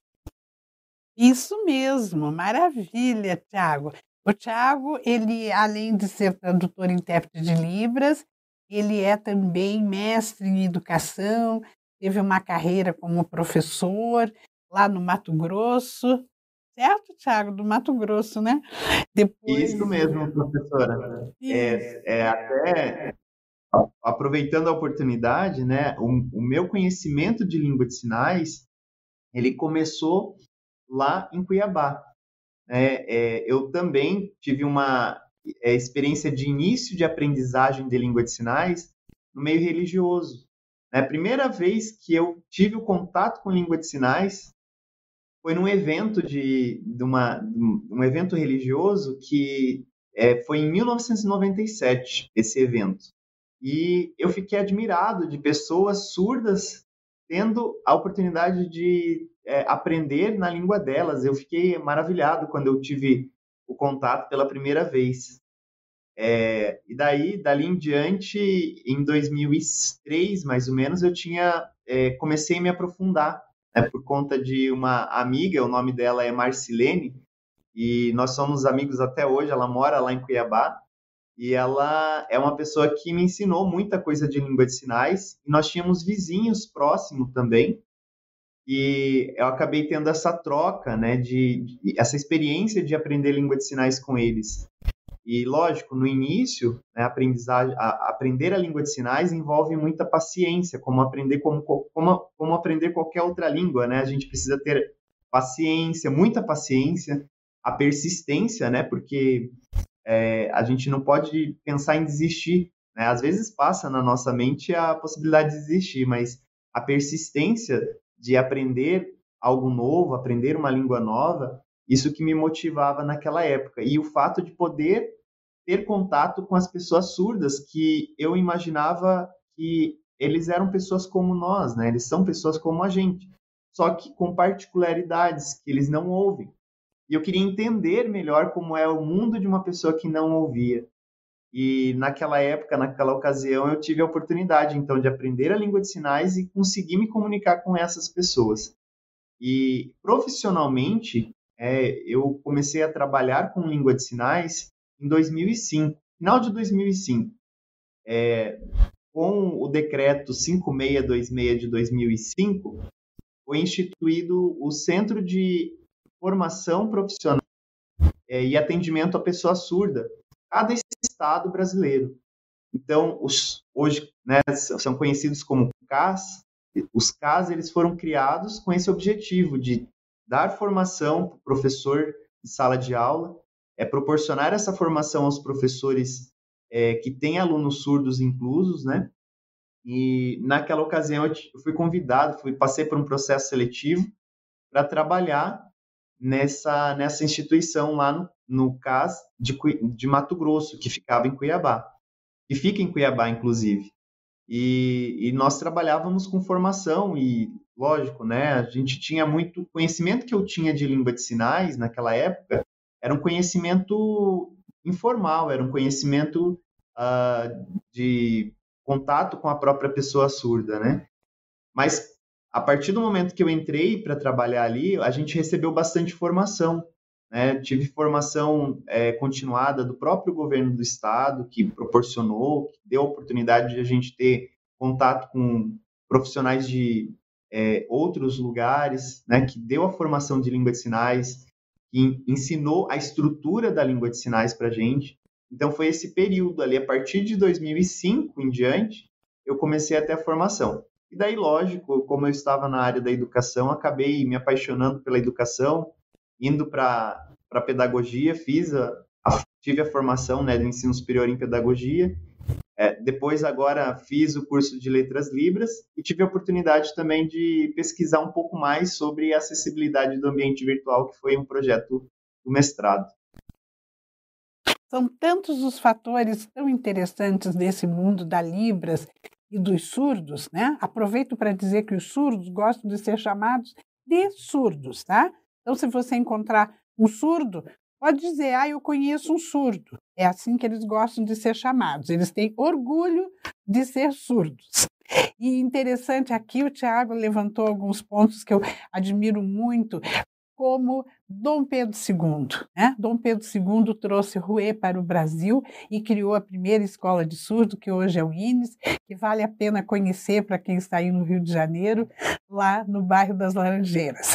Isso mesmo, maravilha, Tiago. O Tiago, ele, além de ser tradutor e intérprete de Libras, ele é também mestre em educação, teve uma carreira como professor lá no Mato Grosso, certo, Tiago? Do Mato Grosso, né? Depois... Isso mesmo, professora. Isso. É, é até aproveitando a oportunidade, né? O, o meu conhecimento de língua de sinais, ele começou lá em Cuiabá. É, é, eu também tive uma é, experiência de início de aprendizagem de língua de sinais no meio religioso. É a primeira vez que eu tive o contato com língua de sinais foi num evento de, de uma, um evento religioso que é, foi em mil novecentos e noventa e sete, esse evento. E eu fiquei admirado de pessoas surdas tendo a oportunidade de é, aprender na língua delas. Eu fiquei maravilhado quando eu tive o contato pela primeira vez. É, e daí, dali em diante, em dois mil e três, mais ou menos, eu tinha é, comecei a me aprofundar, né, por conta de uma amiga, o nome dela é Marcilene, e nós somos amigos até hoje, ela mora lá em Cuiabá, e ela é uma pessoa que me ensinou muita coisa de língua de sinais, e nós tínhamos vizinhos próximos também, e eu acabei tendo essa troca, né, de, de essa experiência de aprender língua de sinais com eles. E, lógico, no início, né, aprendizagem, a, aprender a língua de sinais envolve muita paciência, como aprender, como, como, como aprender qualquer outra língua, né? A gente precisa ter paciência, muita paciência, a persistência, né? Porque é, a gente não pode pensar em desistir, né? Às vezes passa na nossa mente a possibilidade de desistir, mas a persistência de aprender algo novo, aprender uma língua nova, isso que me motivava naquela época. E o fato de poder ter contato com as pessoas surdas, que eu imaginava que eles eram pessoas como nós, né? Eles são pessoas como a gente, só que com particularidades que eles não ouvem. e eu queria entender melhor como é o mundo de uma pessoa que não ouvia. E naquela época, naquela ocasião, eu tive a oportunidade, então, de aprender a língua de sinais e conseguir me comunicar com essas pessoas. E, profissionalmente, é, eu comecei a trabalhar com língua de sinais em dois mil e cinco, final de dois mil e cinco. É, com o decreto cinco seis dois seis de dois mil e cinco, foi instituído o Centro de Formação Profissional é, e Atendimento à Pessoa Surda, cada estado brasileiro. Então, os, hoje, né, são conhecidos como C A S. Os C A S eles foram criados com esse objetivo de dar formação para o professor de sala de aula, é proporcionar essa formação aos professores é, que têm alunos surdos inclusos, né? E naquela ocasião eu fui convidado, fui, passei por um processo seletivo para trabalhar nessa, nessa instituição lá no, no C A S de, de Mato Grosso, que ficava em Cuiabá, que fica em Cuiabá, inclusive. E, e nós trabalhávamos com formação e, lógico, né, a gente tinha muito conhecimento que eu tinha de língua de sinais naquela época, era um conhecimento informal, era um conhecimento uh, de contato com a própria pessoa surda, né? Mas a partir do momento que eu entrei para trabalhar ali, a gente recebeu bastante formação, né? Tive formação é, continuada do próprio governo do estado, que proporcionou, que deu a oportunidade de a gente ter contato com profissionais de é, outros lugares, né? Que deu a formação de língua de sinais, que ensinou a estrutura da língua de sinais para a gente. Então, foi esse período ali, a partir de dois mil e cinco em diante, eu comecei a ter a formação. E daí, lógico, como eu estava na área da educação, acabei me apaixonando pela educação, indo para a pedagogia, fiz a, a, tive a formação, né, do ensino superior em pedagogia. É, depois, agora, fiz o curso de Letras Libras e tive a oportunidade também de pesquisar um pouco mais sobre a acessibilidade do ambiente virtual, que foi um projeto do mestrado. São tantos os fatores tão interessantes desse mundo da Libras e dos surdos, né? Aproveito para dizer que os surdos gostam de ser chamados de surdos, tá? Então, se você encontrar um surdo, pode dizer, ah, eu conheço um surdo. É assim que eles gostam de ser chamados. Eles têm orgulho de ser surdos. E interessante, aqui o Tiago levantou alguns pontos que eu admiro muito, como Dom Pedro segundo. Né? Dom Pedro segundo trouxe Rouet para o Brasil e criou a primeira escola de surdo, que hoje é o I N E S, que vale a pena conhecer para quem está aí no Rio de Janeiro, lá no bairro das Laranjeiras.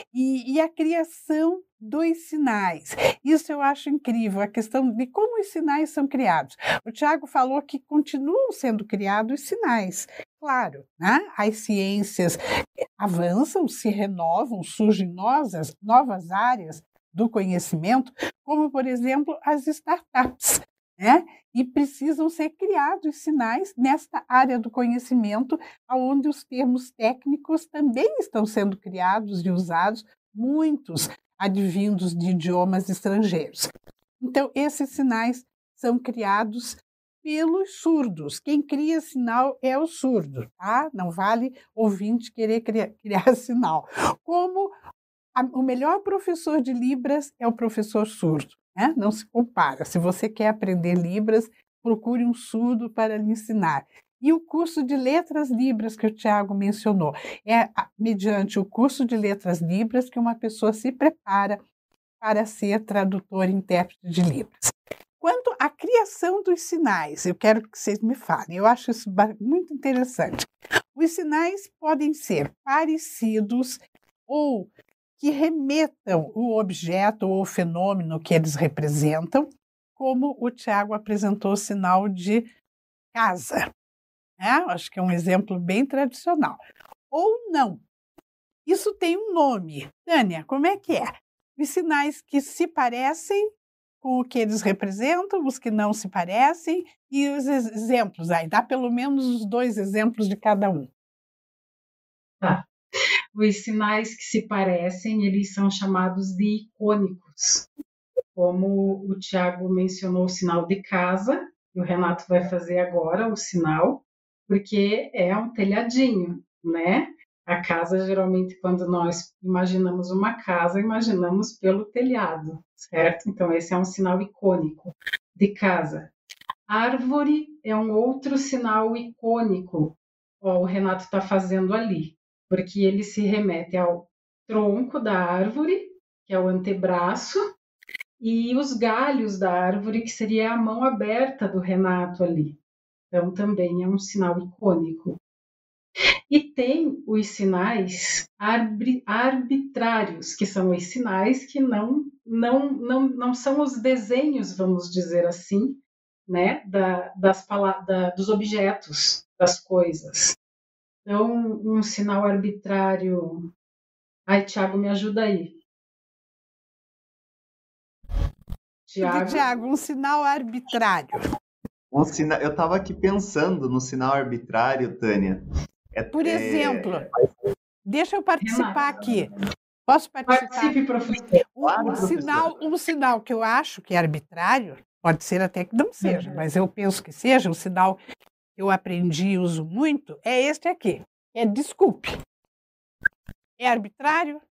E, e a criação dos sinais. Isso eu acho incrível, a questão de como os sinais são criados. O Tiago falou que continuam sendo criados sinais. Claro, né? As ciências avançam, se renovam, surgem novas, novas áreas do conhecimento, como, por exemplo, as startups, né? E precisam ser criados sinais nesta área do conhecimento, onde os termos técnicos também estão sendo criados e usados, muitos advindos de idiomas estrangeiros. Então, esses sinais são criados pelos surdos. Quem cria sinal é o surdo, tá? Não vale ouvinte querer criar, criar sinal. Como a, o melhor professor de Libras é o professor surdo, né? Não se compara. Se você quer aprender Libras, procure um surdo para lhe ensinar. E o curso de Letras Libras que o Tiago mencionou, é mediante o curso de Letras Libras que uma pessoa se prepara para ser tradutor e intérprete de Libras. Quanto à criação dos sinais, eu quero que vocês me falem, eu acho isso muito interessante. Os sinais podem ser parecidos ou que remetam o objeto ou o fenômeno que eles representam, como o Tiago apresentou o sinal de casa. É, acho que é um exemplo bem tradicional. Ou não. Isso tem um nome. Tânia, como é que é? Os sinais que se parecem com o que eles representam, os que não se parecem, e os exemplos aí. Dá pelo menos os dois exemplos de cada um. Tá. Os sinais que se parecem, eles são chamados de icônicos. Como o Tiago mencionou o sinal de casa, e o Renato vai fazer agora o sinal, porque é um telhadinho, né? A casa, geralmente, quando nós imaginamos uma casa, imaginamos pelo telhado, certo? Então, esse é um sinal icônico de casa. Árvore é um outro sinal icônico. Ó, o Renato está fazendo ali, porque ele se remete ao tronco da árvore, que é o antebraço, e os galhos da árvore, que seria a mão aberta do Renato ali. Então, também é um sinal icônico. E tem os sinais arbitrários, que são os sinais que não, não, não, não são os desenhos, vamos dizer assim, né, da, das da, dos objetos, das coisas. Então, um sinal arbitrário... Ai, Tiago, me ajuda aí. Tiago, Tiago, um sinal arbitrário. Um sina... Eu estava aqui pensando no sinal arbitrário, Tânia. É, Por exemplo, é... deixa eu participar Renato. aqui. Posso participar? Participe, professor. Um, um, sinal, um sinal que eu acho que é arbitrário, pode ser até que não seja, uhum. mas eu penso que seja, um sinal que eu aprendi e uso muito, é este aqui. É desculpe. É arbitrário? O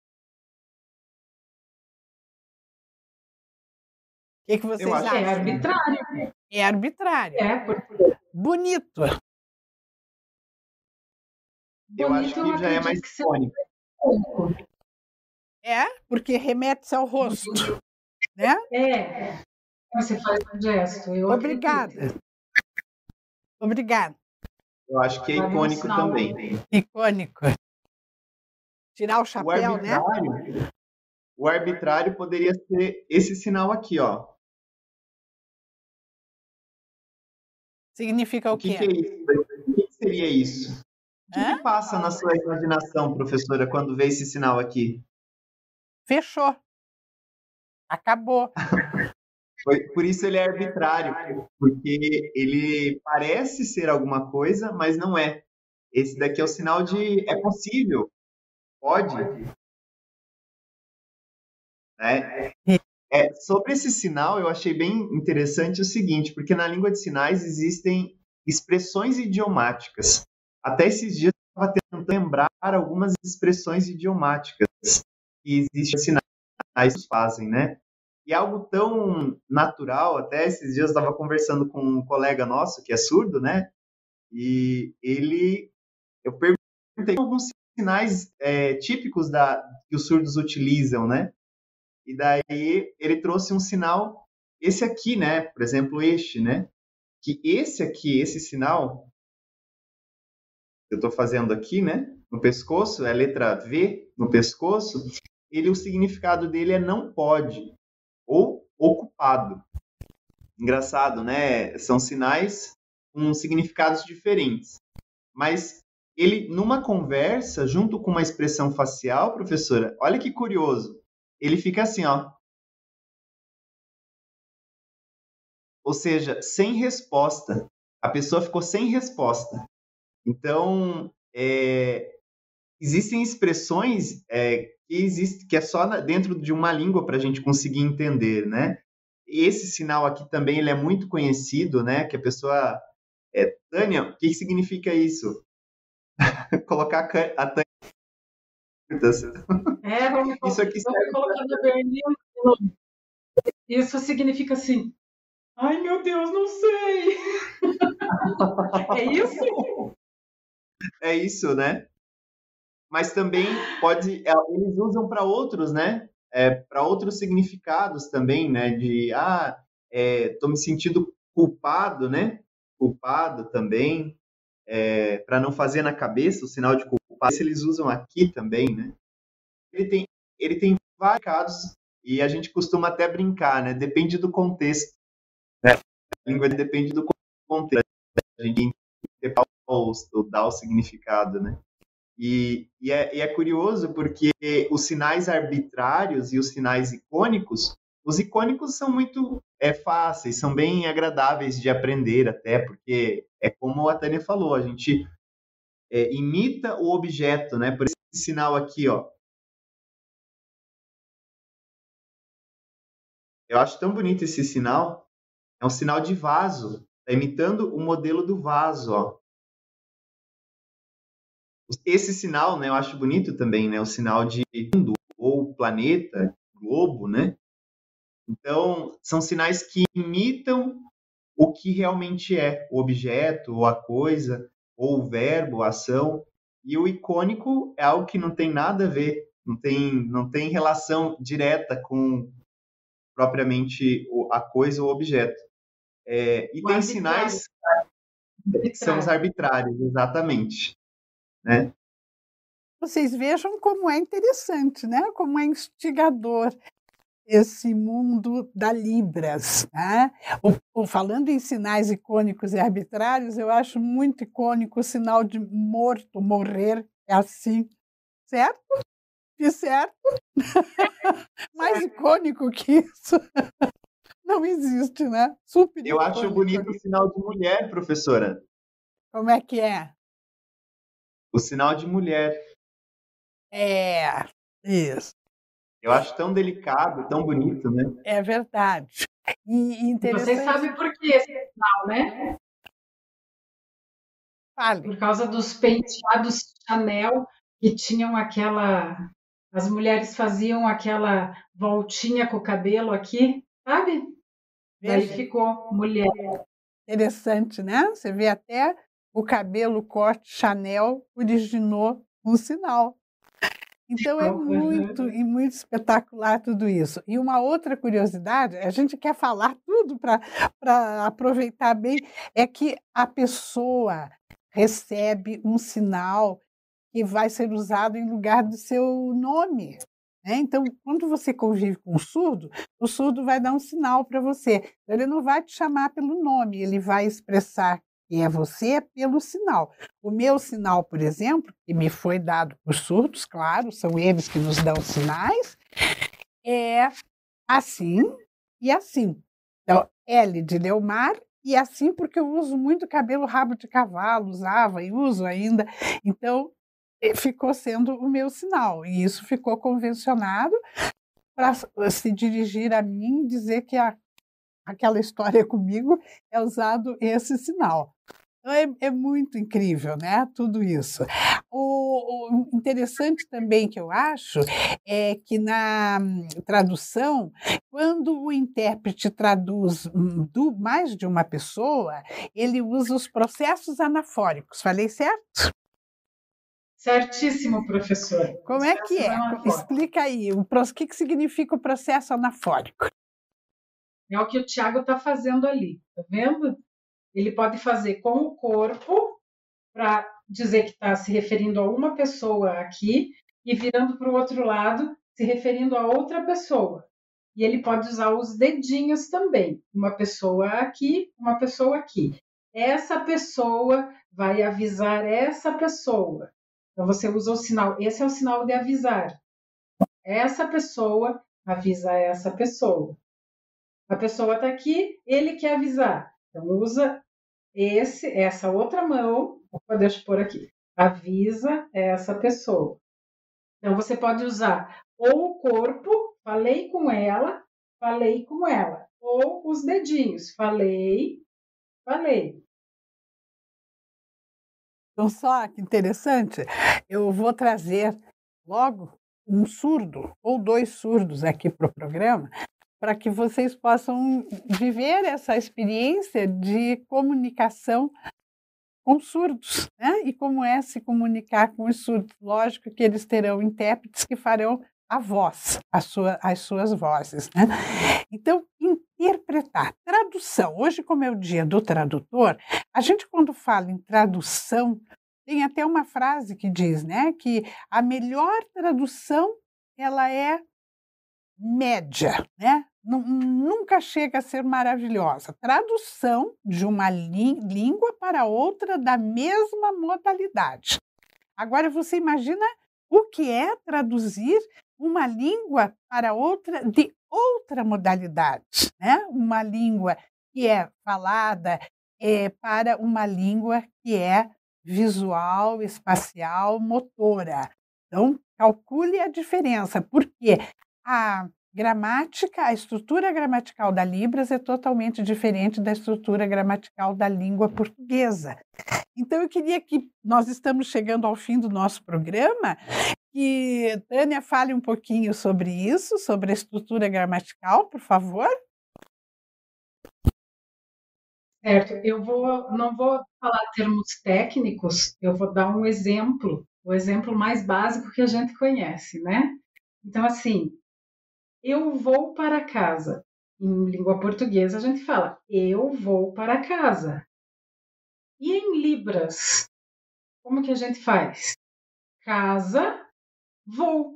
que, que vocês eu acho acham? É arbitrário. É arbitrário. É, porque... Bonito. Eu Bonito, acho que já é mais icônico. É, porque remete ao rosto, né? É, você faz um gesto. Eu Obrigada. Acredito. Obrigada. Eu acho que é icônico também. Icônico. Tirar o chapéu, o arbitrário, né? O arbitrário poderia ser esse sinal aqui, ó. Significa o, o que quê? Que é isso? O que seria isso? O que, que passa na sua imaginação, professora, quando vê esse sinal aqui? Fechou. Acabou. Por isso ele é arbitrário, porque ele parece ser alguma coisa, mas não é. Esse daqui é o sinal de é possível, pode. Né? É, sobre esse sinal, eu achei bem interessante o seguinte, porque na língua de sinais existem expressões idiomáticas. Até esses dias eu estava tentando lembrar algumas expressões idiomáticas que existem sinais que fazem, né? E algo tão natural, até esses dias eu estava conversando com um colega nosso que é surdo, né? E ele, eu perguntei alguns sinais é, típicos da, que os surdos utilizam, né? E daí ele trouxe um sinal, esse aqui, né? Por exemplo, este, né? Que esse aqui, esse sinal que eu estou fazendo aqui, né? No pescoço, é a letra V no pescoço. Ele, o significado dele é não pode ou ocupado. Engraçado, né? São sinais com significados diferentes. Mas ele, numa conversa, junto com uma expressão facial, professora, olha que curioso. Ele fica assim, ó. Ou seja, sem resposta. A pessoa ficou sem resposta. Então, é, existem expressões é, que, existe, que é só na, dentro de uma língua para a gente conseguir entender, né? Esse sinal aqui também ele é muito conhecido, né? Que a pessoa... É, Tânia, o que, que significa isso? Colocar a Tânia... É, vamos, isso aqui vamos colocar na Berlim. Isso significa assim... Ai, meu Deus, não sei! É isso? É isso, né? Mas também pode... Eles usam para outros, né? É, para outros significados também, né? De, ah, estou é, me sentindo culpado, né? Culpado também. É, para não fazer na cabeça o sinal de culpado. Eles usam aqui também, né? Ele tem, ele tem vários significados e a gente costuma até brincar, né? Depende do contexto. Né? A língua depende do contexto. A gente interpretar ou dar o significado, né? E, e, é, e é curioso porque os sinais arbitrários e os sinais icônicos, os icônicos são muito é, fáceis, são bem agradáveis de aprender até, porque é como a Tânia falou, a gente é, imita o objeto, né? Por esse sinal aqui, ó. Eu acho tão bonito esse sinal. É um sinal de vaso, tá imitando o modelo do vaso, ó. esse sinal, né, eu acho bonito também, né, o sinal de mundo ou planeta, globo, né? Então, são sinais que imitam o que realmente é o objeto, ou a coisa, ou o verbo, a ação. E o icônico é algo que não tem nada a ver, não tem, não tem relação direta com propriamente a coisa ou o objeto. É, e O tem arbitrário. sinais que são os arbitrários, exatamente. Né? Vocês vejam como é interessante, né? Como é instigador esse mundo da Libras. Né? O, o, falando em sinais icônicos e arbitrários, eu acho muito icônico o sinal de morto, morrer, é assim, certo? E certo? Mais icônico que isso não existe, né? Super Eu acho bonito o sinal de mulher, professora. Como é que é? O sinal de mulher. É, isso. Eu acho tão delicado, tão bonito, né? É verdade. E interessante... Você sabe por que esse sinal, né? Fale. Por causa dos penteados Chanel que tinham aquela... As mulheres faziam aquela voltinha com o cabelo aqui, sabe? Daí ficou mulher. Interessante, né? Você vê até o cabelo corte Chanel originou um sinal. Então é muito e muito espetacular tudo isso. E uma outra curiosidade, a gente quer falar tudo para aproveitar bem, é que a pessoa recebe um sinal que vai ser usado em lugar do seu nome. Né? Então, quando você convive com o surdo, o surdo vai dar um sinal para você. Ele não vai te chamar pelo nome, ele vai expressar quem é você pelo sinal. O meu sinal, por exemplo, que me foi dado por surdos, claro, são eles que nos dão sinais, é assim e assim. Então, L de Leomar e assim porque eu uso muito cabelo rabo de cavalo, usava e uso ainda. Então, ficou sendo o meu sinal, e isso ficou convencionado para se dirigir a mim, dizer que a, aquela história comigo é usado esse sinal. Então, é, é muito incrível, né? Tudo isso. O, o interessante também que eu acho é que na tradução, quando o intérprete traduz do, mais de uma pessoa, ele usa os processos anafóricos. Falei certo? Certíssimo, professor. Como é que é? Explica aí, o que, que significa o processo anafórico? É o que o Tiago está fazendo ali, tá vendo? Ele pode fazer com o corpo para dizer que está se referindo a uma pessoa aqui e virando para o outro lado, se referindo a outra pessoa. E ele pode usar os dedinhos também, uma pessoa aqui, uma pessoa aqui. Essa pessoa vai avisar essa pessoa. Então, você usa o sinal, esse é o sinal de avisar. Essa pessoa avisa essa pessoa. A pessoa está aqui, ele quer avisar. Então, usa esse, essa outra mão, opa, deixa eu pôr aqui, avisa essa pessoa. Então, você pode usar ou o corpo, falei com ela, falei com ela, ou os dedinhos, falei, falei. Então, só que interessante, eu vou trazer logo um surdo ou dois surdos aqui para o programa, para que vocês possam viver essa experiência de comunicação com surdos, né? E como é se comunicar com os surdos. Lógico que eles terão intérpretes que farão a voz, a sua, as suas vozes. Né? Então, interpretar, tradução. Hoje, como é o dia do tradutor, a gente, quando fala em tradução, tem até uma frase que diz, né, que a melhor tradução ela é média, né? Nunca chega a ser maravilhosa. Tradução de uma língua para outra da mesma modalidade. Agora, você imagina o que é traduzir uma língua para outra de outra modalidade, né? Uma língua que é falada é, para uma língua que é visual, espacial, motora. Então, calcule a diferença, porque a gramática, a estrutura gramatical da Libras é totalmente diferente da estrutura gramatical da língua portuguesa. Então, eu queria que, nós estamos chegando ao fim do nosso programa, que Tânia fale um pouquinho sobre isso, sobre a estrutura gramatical, por favor. Certo, eu vou, não vou falar termos técnicos, eu vou dar um exemplo, o exemplo mais básico que a gente conhece, né? Então, assim, eu vou para casa. Em língua portuguesa, a gente fala, eu vou para casa. E em Libras, como que a gente faz? Casa, vou.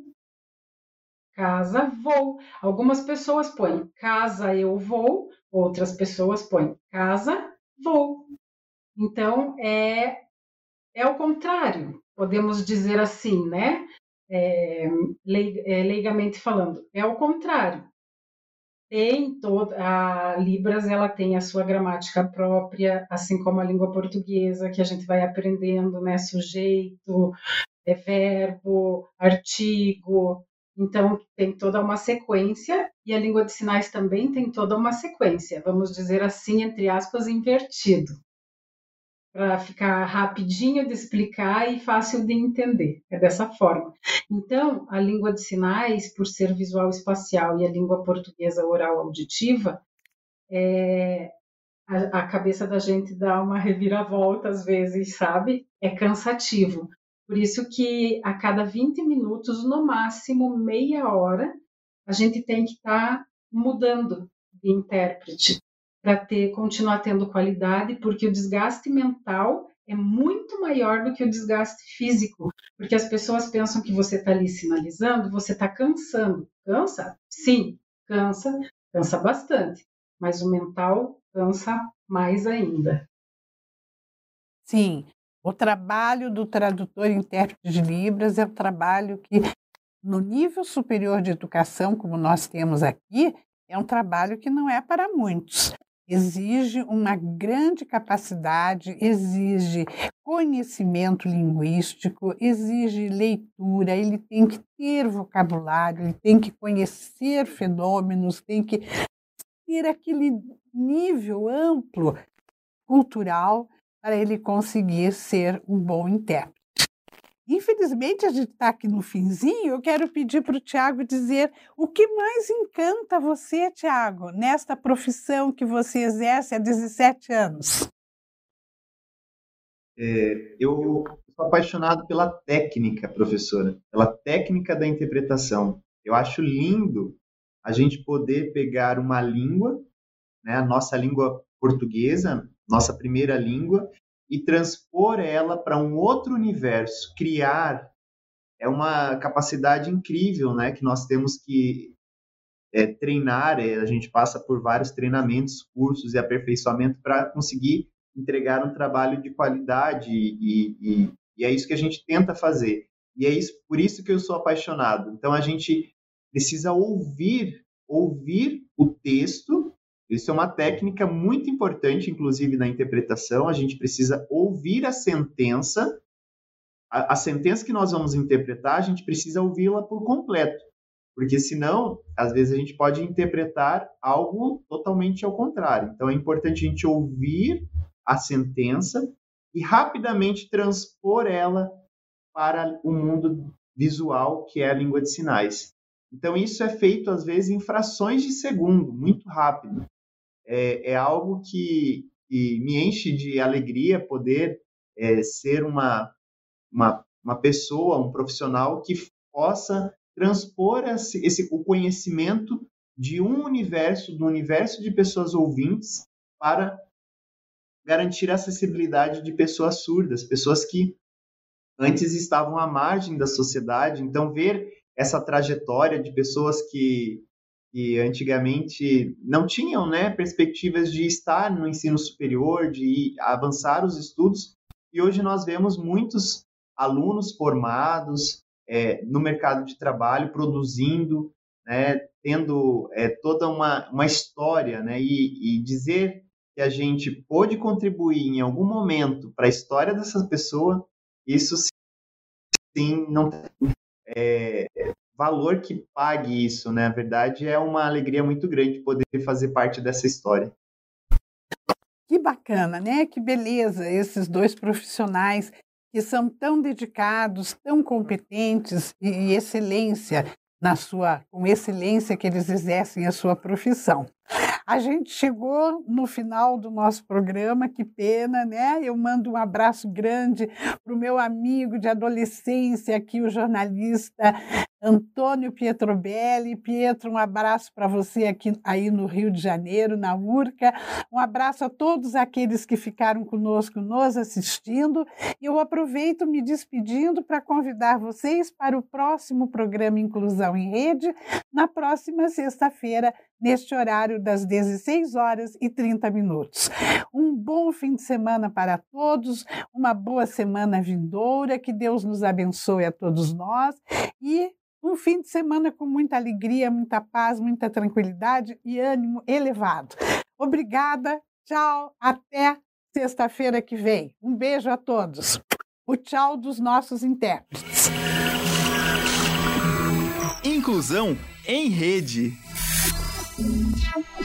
Casa, vou. Algumas pessoas põem casa, eu vou. Outras pessoas põem casa, vou. Então, é, é o contrário. Podemos dizer assim, né? É, leigamente falando, é o contrário. Tem toda a Libras, ela tem a sua gramática própria, assim como a língua portuguesa, que a gente vai aprendendo, né? Sujeito, é verbo, artigo. Então, tem toda uma sequência, e a língua de sinais também tem toda uma sequência, vamos dizer assim, entre aspas, invertido, para ficar rapidinho de explicar e fácil de entender. É dessa forma. Então, a língua de sinais, por ser visual espacial, e a língua portuguesa oral auditiva, é, a, a cabeça da gente dá uma reviravolta às vezes, sabe? É cansativo. Por isso que a cada vinte minutos, no máximo meia hora, a gente tem que estar tá mudando de intérprete para ter, continuar tendo qualidade, porque o desgaste mental é muito maior do que o desgaste físico, porque as pessoas pensam que você está ali sinalizando, você está cansando. Cansa? Sim, cansa, cansa bastante, mas o mental cansa mais ainda. Sim, o trabalho do tradutor e intérprete de Libras é um trabalho que, no nível superior de educação, como nós temos aqui, é um trabalho que não é para muitos. Exige uma grande capacidade, exige conhecimento linguístico, exige leitura, ele tem que ter vocabulário, ele tem que conhecer fenômenos, tem que ter aquele nível amplo cultural para ele conseguir ser um bom intérprete. Infelizmente, a gente está aqui no finzinho, eu quero pedir para o Tiago dizer o que mais encanta você, Tiago, nesta profissão que você exerce há dezessete anos. É, eu sou apaixonado pela técnica, professora, pela técnica da interpretação. Eu acho lindo a gente poder pegar uma língua, né, a nossa língua portuguesa, nossa primeira língua, e transpor ela para um outro universo, criar. É uma capacidade incrível, né, que nós temos que é, treinar, é, a gente passa por vários treinamentos, cursos e aperfeiçoamento para conseguir entregar um trabalho de qualidade e, e, e é isso que a gente tenta fazer. E é isso, por isso que eu sou apaixonado. Então, a gente precisa ouvir, ouvir o texto. Isso é uma técnica muito importante, inclusive, na interpretação. A gente precisa ouvir a sentença. A, a sentença que nós vamos interpretar, a gente precisa ouvi-la por completo. Porque, senão, às vezes a gente pode interpretar algo totalmente ao contrário. Então, é importante a gente ouvir a sentença e rapidamente transpor ela para o mundo visual, que é a língua de sinais. Então, isso é feito, às vezes, em frações de segundo, muito rápido. É, é algo que, que me enche de alegria poder é, ser uma, uma, uma pessoa, um profissional que possa transpor esse, esse, o conhecimento de um universo, do universo de pessoas ouvintes, para garantir a acessibilidade de pessoas surdas, pessoas que antes estavam à margem da sociedade. Então, ver essa trajetória de pessoas que que antigamente não tinham, né, perspectivas de estar no ensino superior, de avançar os estudos, e hoje nós vemos muitos alunos formados é, no mercado de trabalho, produzindo, né, tendo é, toda uma, uma história, né, e, e dizer que a gente pôde contribuir em algum momento para a história dessa pessoa, isso sim não é, valor que pague isso, né? Na verdade, é uma alegria muito grande poder fazer parte dessa história. Que bacana, né? Que beleza esses dois profissionais que são tão dedicados, tão competentes e, e excelência na sua, com excelência que eles exercem a sua profissão. A gente chegou no final do nosso programa, que pena, né? Eu mando um abraço grande para o meu amigo de adolescência aqui, o jornalista Antônio Pietrobelli. Pietro, um abraço para você aqui aí no Rio de Janeiro, na Urca. Um abraço a todos aqueles que ficaram conosco, nos assistindo. E eu aproveito me despedindo para convidar vocês para o próximo programa Inclusão em Rede, na próxima sexta-feira, neste horário das dezesseis horas e trinta minutos. Um bom fim de semana para todos, uma boa semana vindoura, que Deus nos abençoe a todos nós e um fim de semana com muita alegria, muita paz, muita tranquilidade e ânimo elevado. Obrigada, tchau, até sexta-feira que vem. Um beijo a todos. O tchau dos nossos intérpretes. Inclusão em Rede. Tchau.